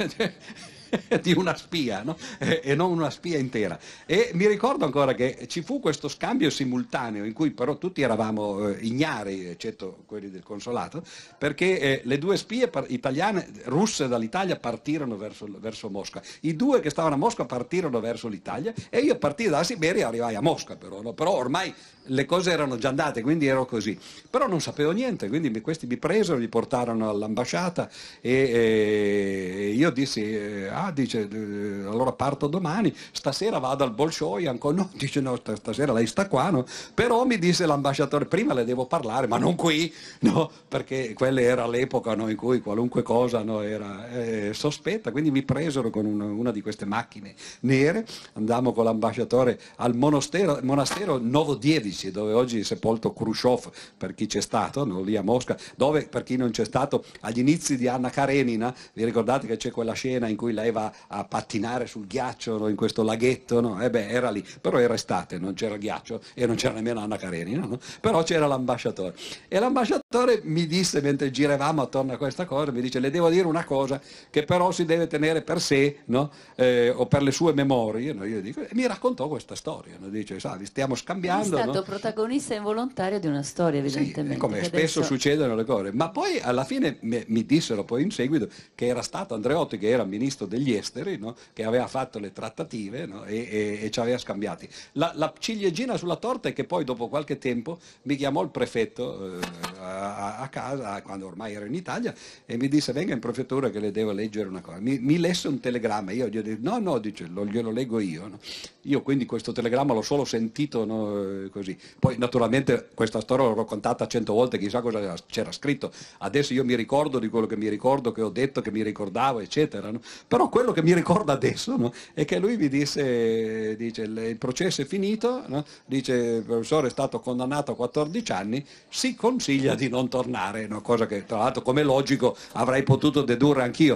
[SPEAKER 2] Di una spia, no? E non una spia intera. E mi ricordo ancora che ci fu questo scambio simultaneo in cui però tutti eravamo ignari, eccetto quelli del consolato, perché le 2 spie italiane, russe dall'Italia, partirono verso Mosca. I 2 che stavano a Mosca partirono verso l'Italia e io partì dalla Siberia e arrivai a Mosca però, no? Però ormai le cose erano già andate, quindi ero così. Però non sapevo niente, quindi questi mi presero, mi portarono all'ambasciata e io dissi, dice, allora parto domani, stasera vado al Bolshoi, ancora no, dice no, stasera lei sta qua, no? Però mi disse l'ambasciatore, prima le devo parlare, ma non qui, no? Perché quella era l'epoca, no, in cui qualunque cosa, no, era sospetta, quindi mi presero con una di queste macchine nere, andammo con l'ambasciatore al monastero Novodievice, dove oggi è sepolto Khrushchev, per chi c'è stato, no? Lì a Mosca, dove per chi non c'è stato, agli inizi di Anna Karenina, vi ricordate che c'è quella scena in cui lei va a pattinare sul ghiaccio, no? In questo laghetto, no? Era lì, però era estate, non c'era ghiaccio e non c'era nemmeno Anna Karenina, no? Però c'era l'ambasciatore. E l'ambasciatore mi disse, mentre giravamo attorno a questa cosa, mi dice: le devo dire una cosa che però si deve tenere per sé, no? O per le sue memorie, no? Io dico, e mi raccontò questa storia, no? Dice: sa, vi stiamo scambiando.
[SPEAKER 1] È stato
[SPEAKER 2] no?
[SPEAKER 1] protagonista involontario di una storia, evidentemente.
[SPEAKER 2] Sì, come
[SPEAKER 1] che
[SPEAKER 2] spesso
[SPEAKER 1] adesso...
[SPEAKER 2] succedono le cose, ma poi alla fine mi dissero poi in seguito che era stato Andreotti, che era ministro degli esteri, no? Che aveva fatto le trattative, no? e ci aveva scambiati. La ciliegina sulla torta è che poi dopo qualche tempo mi chiamò il prefetto a casa, quando ormai ero in Italia, e mi disse: venga in prefettura che le devo leggere una cosa. Mi lesse un telegramma, io gli ho detto: no, dice, glielo leggo io. No? Io quindi questo telegramma l'ho solo sentito, no? Così. Poi naturalmente questa storia l'ho raccontata 100 volte, chissà cosa c'era scritto. Adesso io mi ricordo di quello che mi ricordo, che ho detto, che mi ricordavo, eccetera. No? Però quello che mi ricordo adesso, no? È che lui mi disse, dice, il processo è finito, no? Dice: il professore è stato condannato a 14 anni, si consiglia di non tornare, no? Cosa che tra l'altro, come logico, avrei potuto dedurre anch'io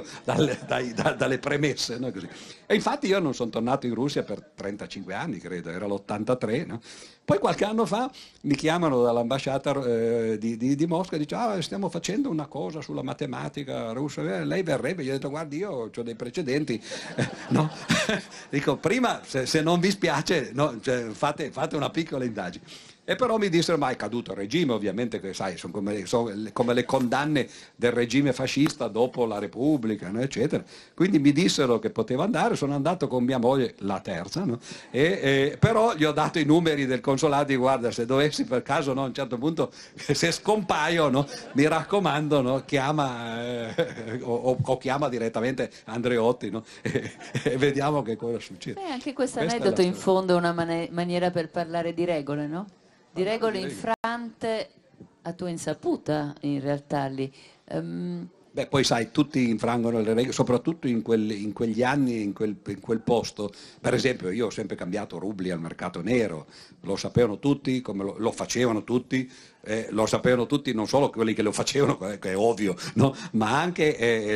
[SPEAKER 2] dalle premesse. No? Così. E infatti io non sono tornato in Russia per 35 anni, credo, era l'83. No? Poi qualche anno fa mi chiamano dall'ambasciata di Mosca e dice: stiamo facendo una cosa sulla matematica russa, lei verrebbe? Gli ho detto: guardi, io ho dei precedenti, no? Dico, prima se non vi spiace, no, cioè, fate una piccola indagine. E però mi dissero: ma è caduto il regime, ovviamente, che sai, sono come le condanne del regime fascista dopo la Repubblica, no, eccetera. Quindi mi dissero che potevo andare, sono andato con mia moglie, la terza, no? Però gli ho dato i numeri del consolato, dico: guarda, se dovessi per caso, no, a un certo punto, se scompaio, no, mi raccomando, no, chiama o chiama direttamente Andreotti, no, e vediamo che cosa succede.
[SPEAKER 1] Anche questo
[SPEAKER 2] Questa è
[SPEAKER 1] aneddoto
[SPEAKER 2] la
[SPEAKER 1] in
[SPEAKER 2] storia.
[SPEAKER 1] fondo è una maniera per parlare di regole, no? Di regole
[SPEAKER 2] Direi.
[SPEAKER 1] infrante a tua insaputa, in realtà lì.
[SPEAKER 2] Beh, poi sai, tutti infrangono le regole, soprattutto in quegli anni, in quel posto. Per esempio, io ho sempre cambiato rubli al mercato nero, lo sapevano tutti, come lo facevano tutti, lo sapevano tutti, non solo quelli che lo facevano, che è ovvio, no? Ma anche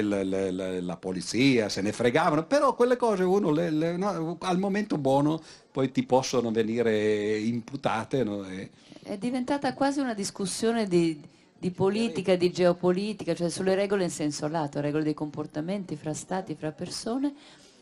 [SPEAKER 2] la polizia, se ne fregavano, però quelle cose uno no, al momento buono poi ti possono venire imputate. No?
[SPEAKER 1] È diventata quasi una discussione di politica, di geopolitica, cioè sulle regole in senso lato, regole dei comportamenti fra stati, fra persone.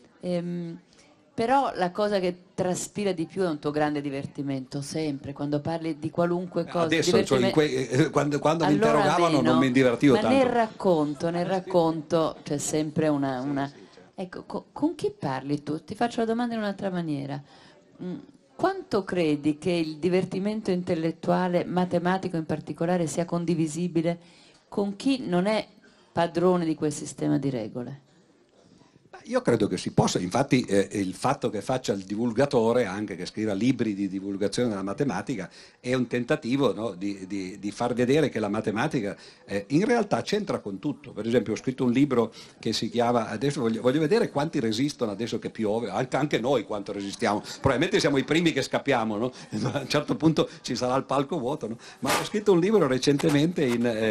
[SPEAKER 1] Però la cosa che traspira di più è un tuo grande divertimento, sempre, quando parli di qualunque cosa.
[SPEAKER 2] Adesso, cioè, quando mi
[SPEAKER 1] Allora
[SPEAKER 2] interrogavano
[SPEAKER 1] meno,
[SPEAKER 2] non mi divertivo
[SPEAKER 1] ma
[SPEAKER 2] tanto.
[SPEAKER 1] nel racconto c'è sempre una... Ecco, con chi parli tu? Ti faccio la domanda in un'altra maniera. Quanto credi che il divertimento intellettuale, matematico in particolare, sia condivisibile con chi non è padrone di quel sistema di regole?
[SPEAKER 2] Io credo che si possa, infatti il fatto che faccia il divulgatore, anche che scriva libri di divulgazione della matematica, è un tentativo, no, di far vedere che la matematica in realtà c'entra con tutto. Per esempio ho scritto un libro che si chiama, adesso voglio vedere quanti resistono adesso che piove, anche noi quanto resistiamo, probabilmente siamo i primi che scappiamo, no? A un certo punto ci sarà il palco vuoto, no? Ma ho scritto un libro recentemente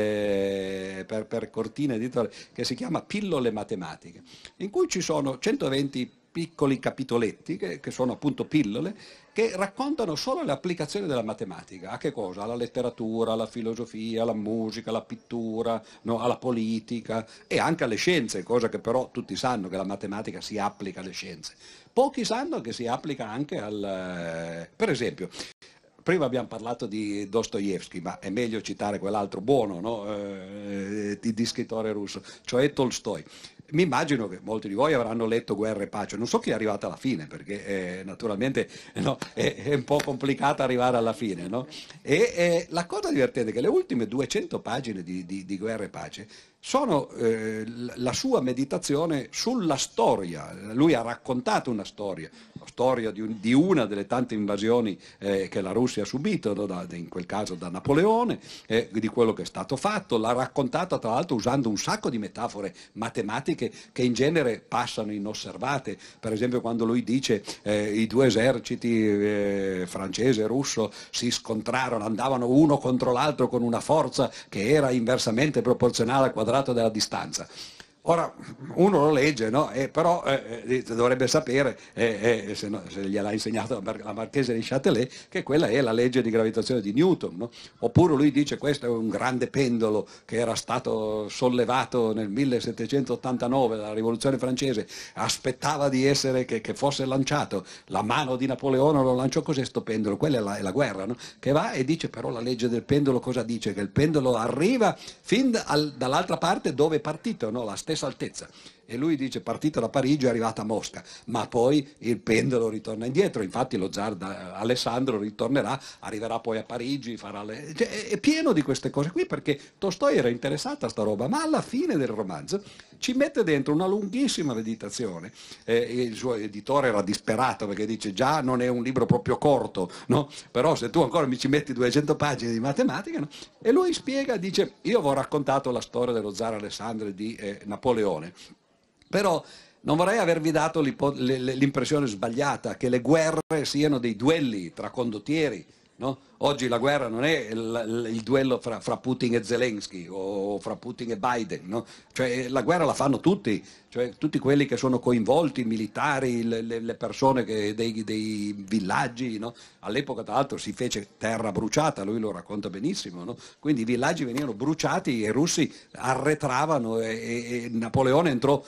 [SPEAKER 2] per Cortina Editore che si chiama Pillole matematiche, in cui ci sono 120 piccoli capitoletti che sono appunto pillole che raccontano solo le applicazioni della matematica. A che cosa? Alla letteratura, alla filosofia, alla musica, alla pittura, no? Alla politica e anche alle scienze, cosa che però tutti sanno che la matematica si applica alle scienze. Pochi sanno che si applica anche per esempio, prima abbiamo parlato di Dostoevsky, ma è meglio citare quell'altro buono, no? Di scrittore russo, cioè Tolstoi. Mi immagino che molti di voi avranno letto Guerra e Pace, non so chi è arrivato alla fine, perché naturalmente no, è un po' complicata arrivare alla fine. No? La cosa divertente è che le ultime 200 pagine di Guerra e Pace sono la sua meditazione sulla storia. Lui ha raccontato una storia, la storia di una delle tante invasioni che la Russia ha subito, no? In quel caso da Napoleone, di quello che è stato fatto, l'ha raccontata tra l'altro usando un sacco di metafore matematiche che in genere passano inosservate. Per esempio quando lui dice i due eserciti francese e russo si scontrarono, andavano uno contro l'altro con una forza che era inversamente proporzionale al quadrato della distanza. Ora, uno lo legge, no? Però dovrebbe sapere, se gliel'ha insegnato la Marchesa di Châtelet, che quella è la legge di gravitazione di Newton, no? Oppure lui dice questo è un grande pendolo che era stato sollevato nel 1789 dalla Rivoluzione francese, aspettava di essere, che fosse lanciato, la mano di Napoleone lo lanciò, cos'è sto pendolo? Quella è la guerra, no? Che va e dice però la legge del pendolo cosa dice? Che il pendolo arriva fin dall'altra parte dove è partito, no? La stessa altezza, e lui dice partito da Parigi è arrivata a Mosca, ma poi il pendolo ritorna indietro, infatti lo zar Alessandro ritornerà, arriverà poi a Parigi, cioè, è pieno di queste cose qui, perché Tolstoi era interessato a sta roba, ma alla fine del romanzo ci mette dentro una lunghissima meditazione, il suo editore era disperato perché dice già non è un libro proprio corto, no? Però se tu ancora mi ci metti 200 pagine di matematica, no? E lui spiega, dice io vi ho raccontato la storia dello zar Alessandro e di Napoleone, però non vorrei avervi dato l'impressione sbagliata che le guerre siano dei duelli tra condottieri, no? Oggi la guerra non è il duello fra Putin e Zelensky o fra Putin e Biden, no? Cioè, la guerra la fanno tutti, cioè, tutti quelli che sono coinvolti, i militari, le persone dei villaggi, no? All'epoca tra l'altro si fece terra bruciata, lui lo racconta benissimo, no? Quindi i villaggi venivano bruciati e i russi arretravano e Napoleone entrò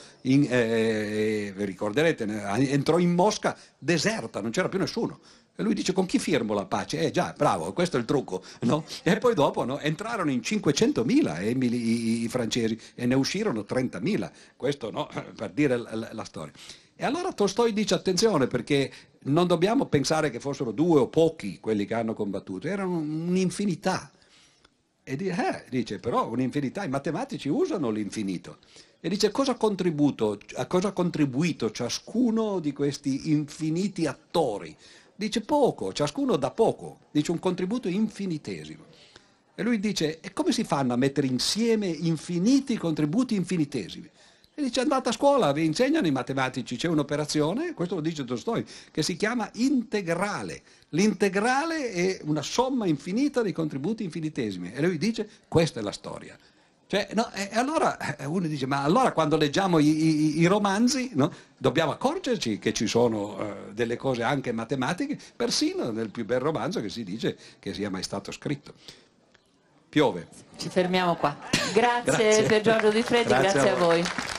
[SPEAKER 2] ricorderete, entrò in Mosca deserta, non c'era più nessuno. E lui dice con chi firmo la pace? Già, bravo, questo è il trucco, no? E poi dopo, no, entrarono in 500.000 i francesi e ne uscirono 30.000, questo, no, per dire la storia. E allora Tolstoi dice attenzione, perché non dobbiamo pensare che fossero due o pochi quelli che hanno combattuto, erano un'infinità. E dice però un'infinità, i matematici usano l'infinito. E dice a cosa ha contribuito ciascuno di questi infiniti attori? Dice poco, ciascuno dà poco, dice un contributo infinitesimo. E lui dice, e come si fanno a mettere insieme infiniti contributi infinitesimi? E dice, andate a scuola, vi insegnano i matematici, c'è un'operazione, questo lo dice Tolstoi, che si chiama integrale. L'integrale è una somma infinita di contributi infinitesimi. E lui dice, questa è la storia. Cioè, no, e allora uno dice, ma allora quando leggiamo i romanzi, no, dobbiamo accorgerci che ci sono delle cose anche matematiche, persino nel più bel romanzo che si dice che sia mai stato scritto. Piove.
[SPEAKER 1] Ci fermiamo qua. Grazie,
[SPEAKER 2] Grazie.
[SPEAKER 1] per Giorgio Di Freddi, grazie a voi.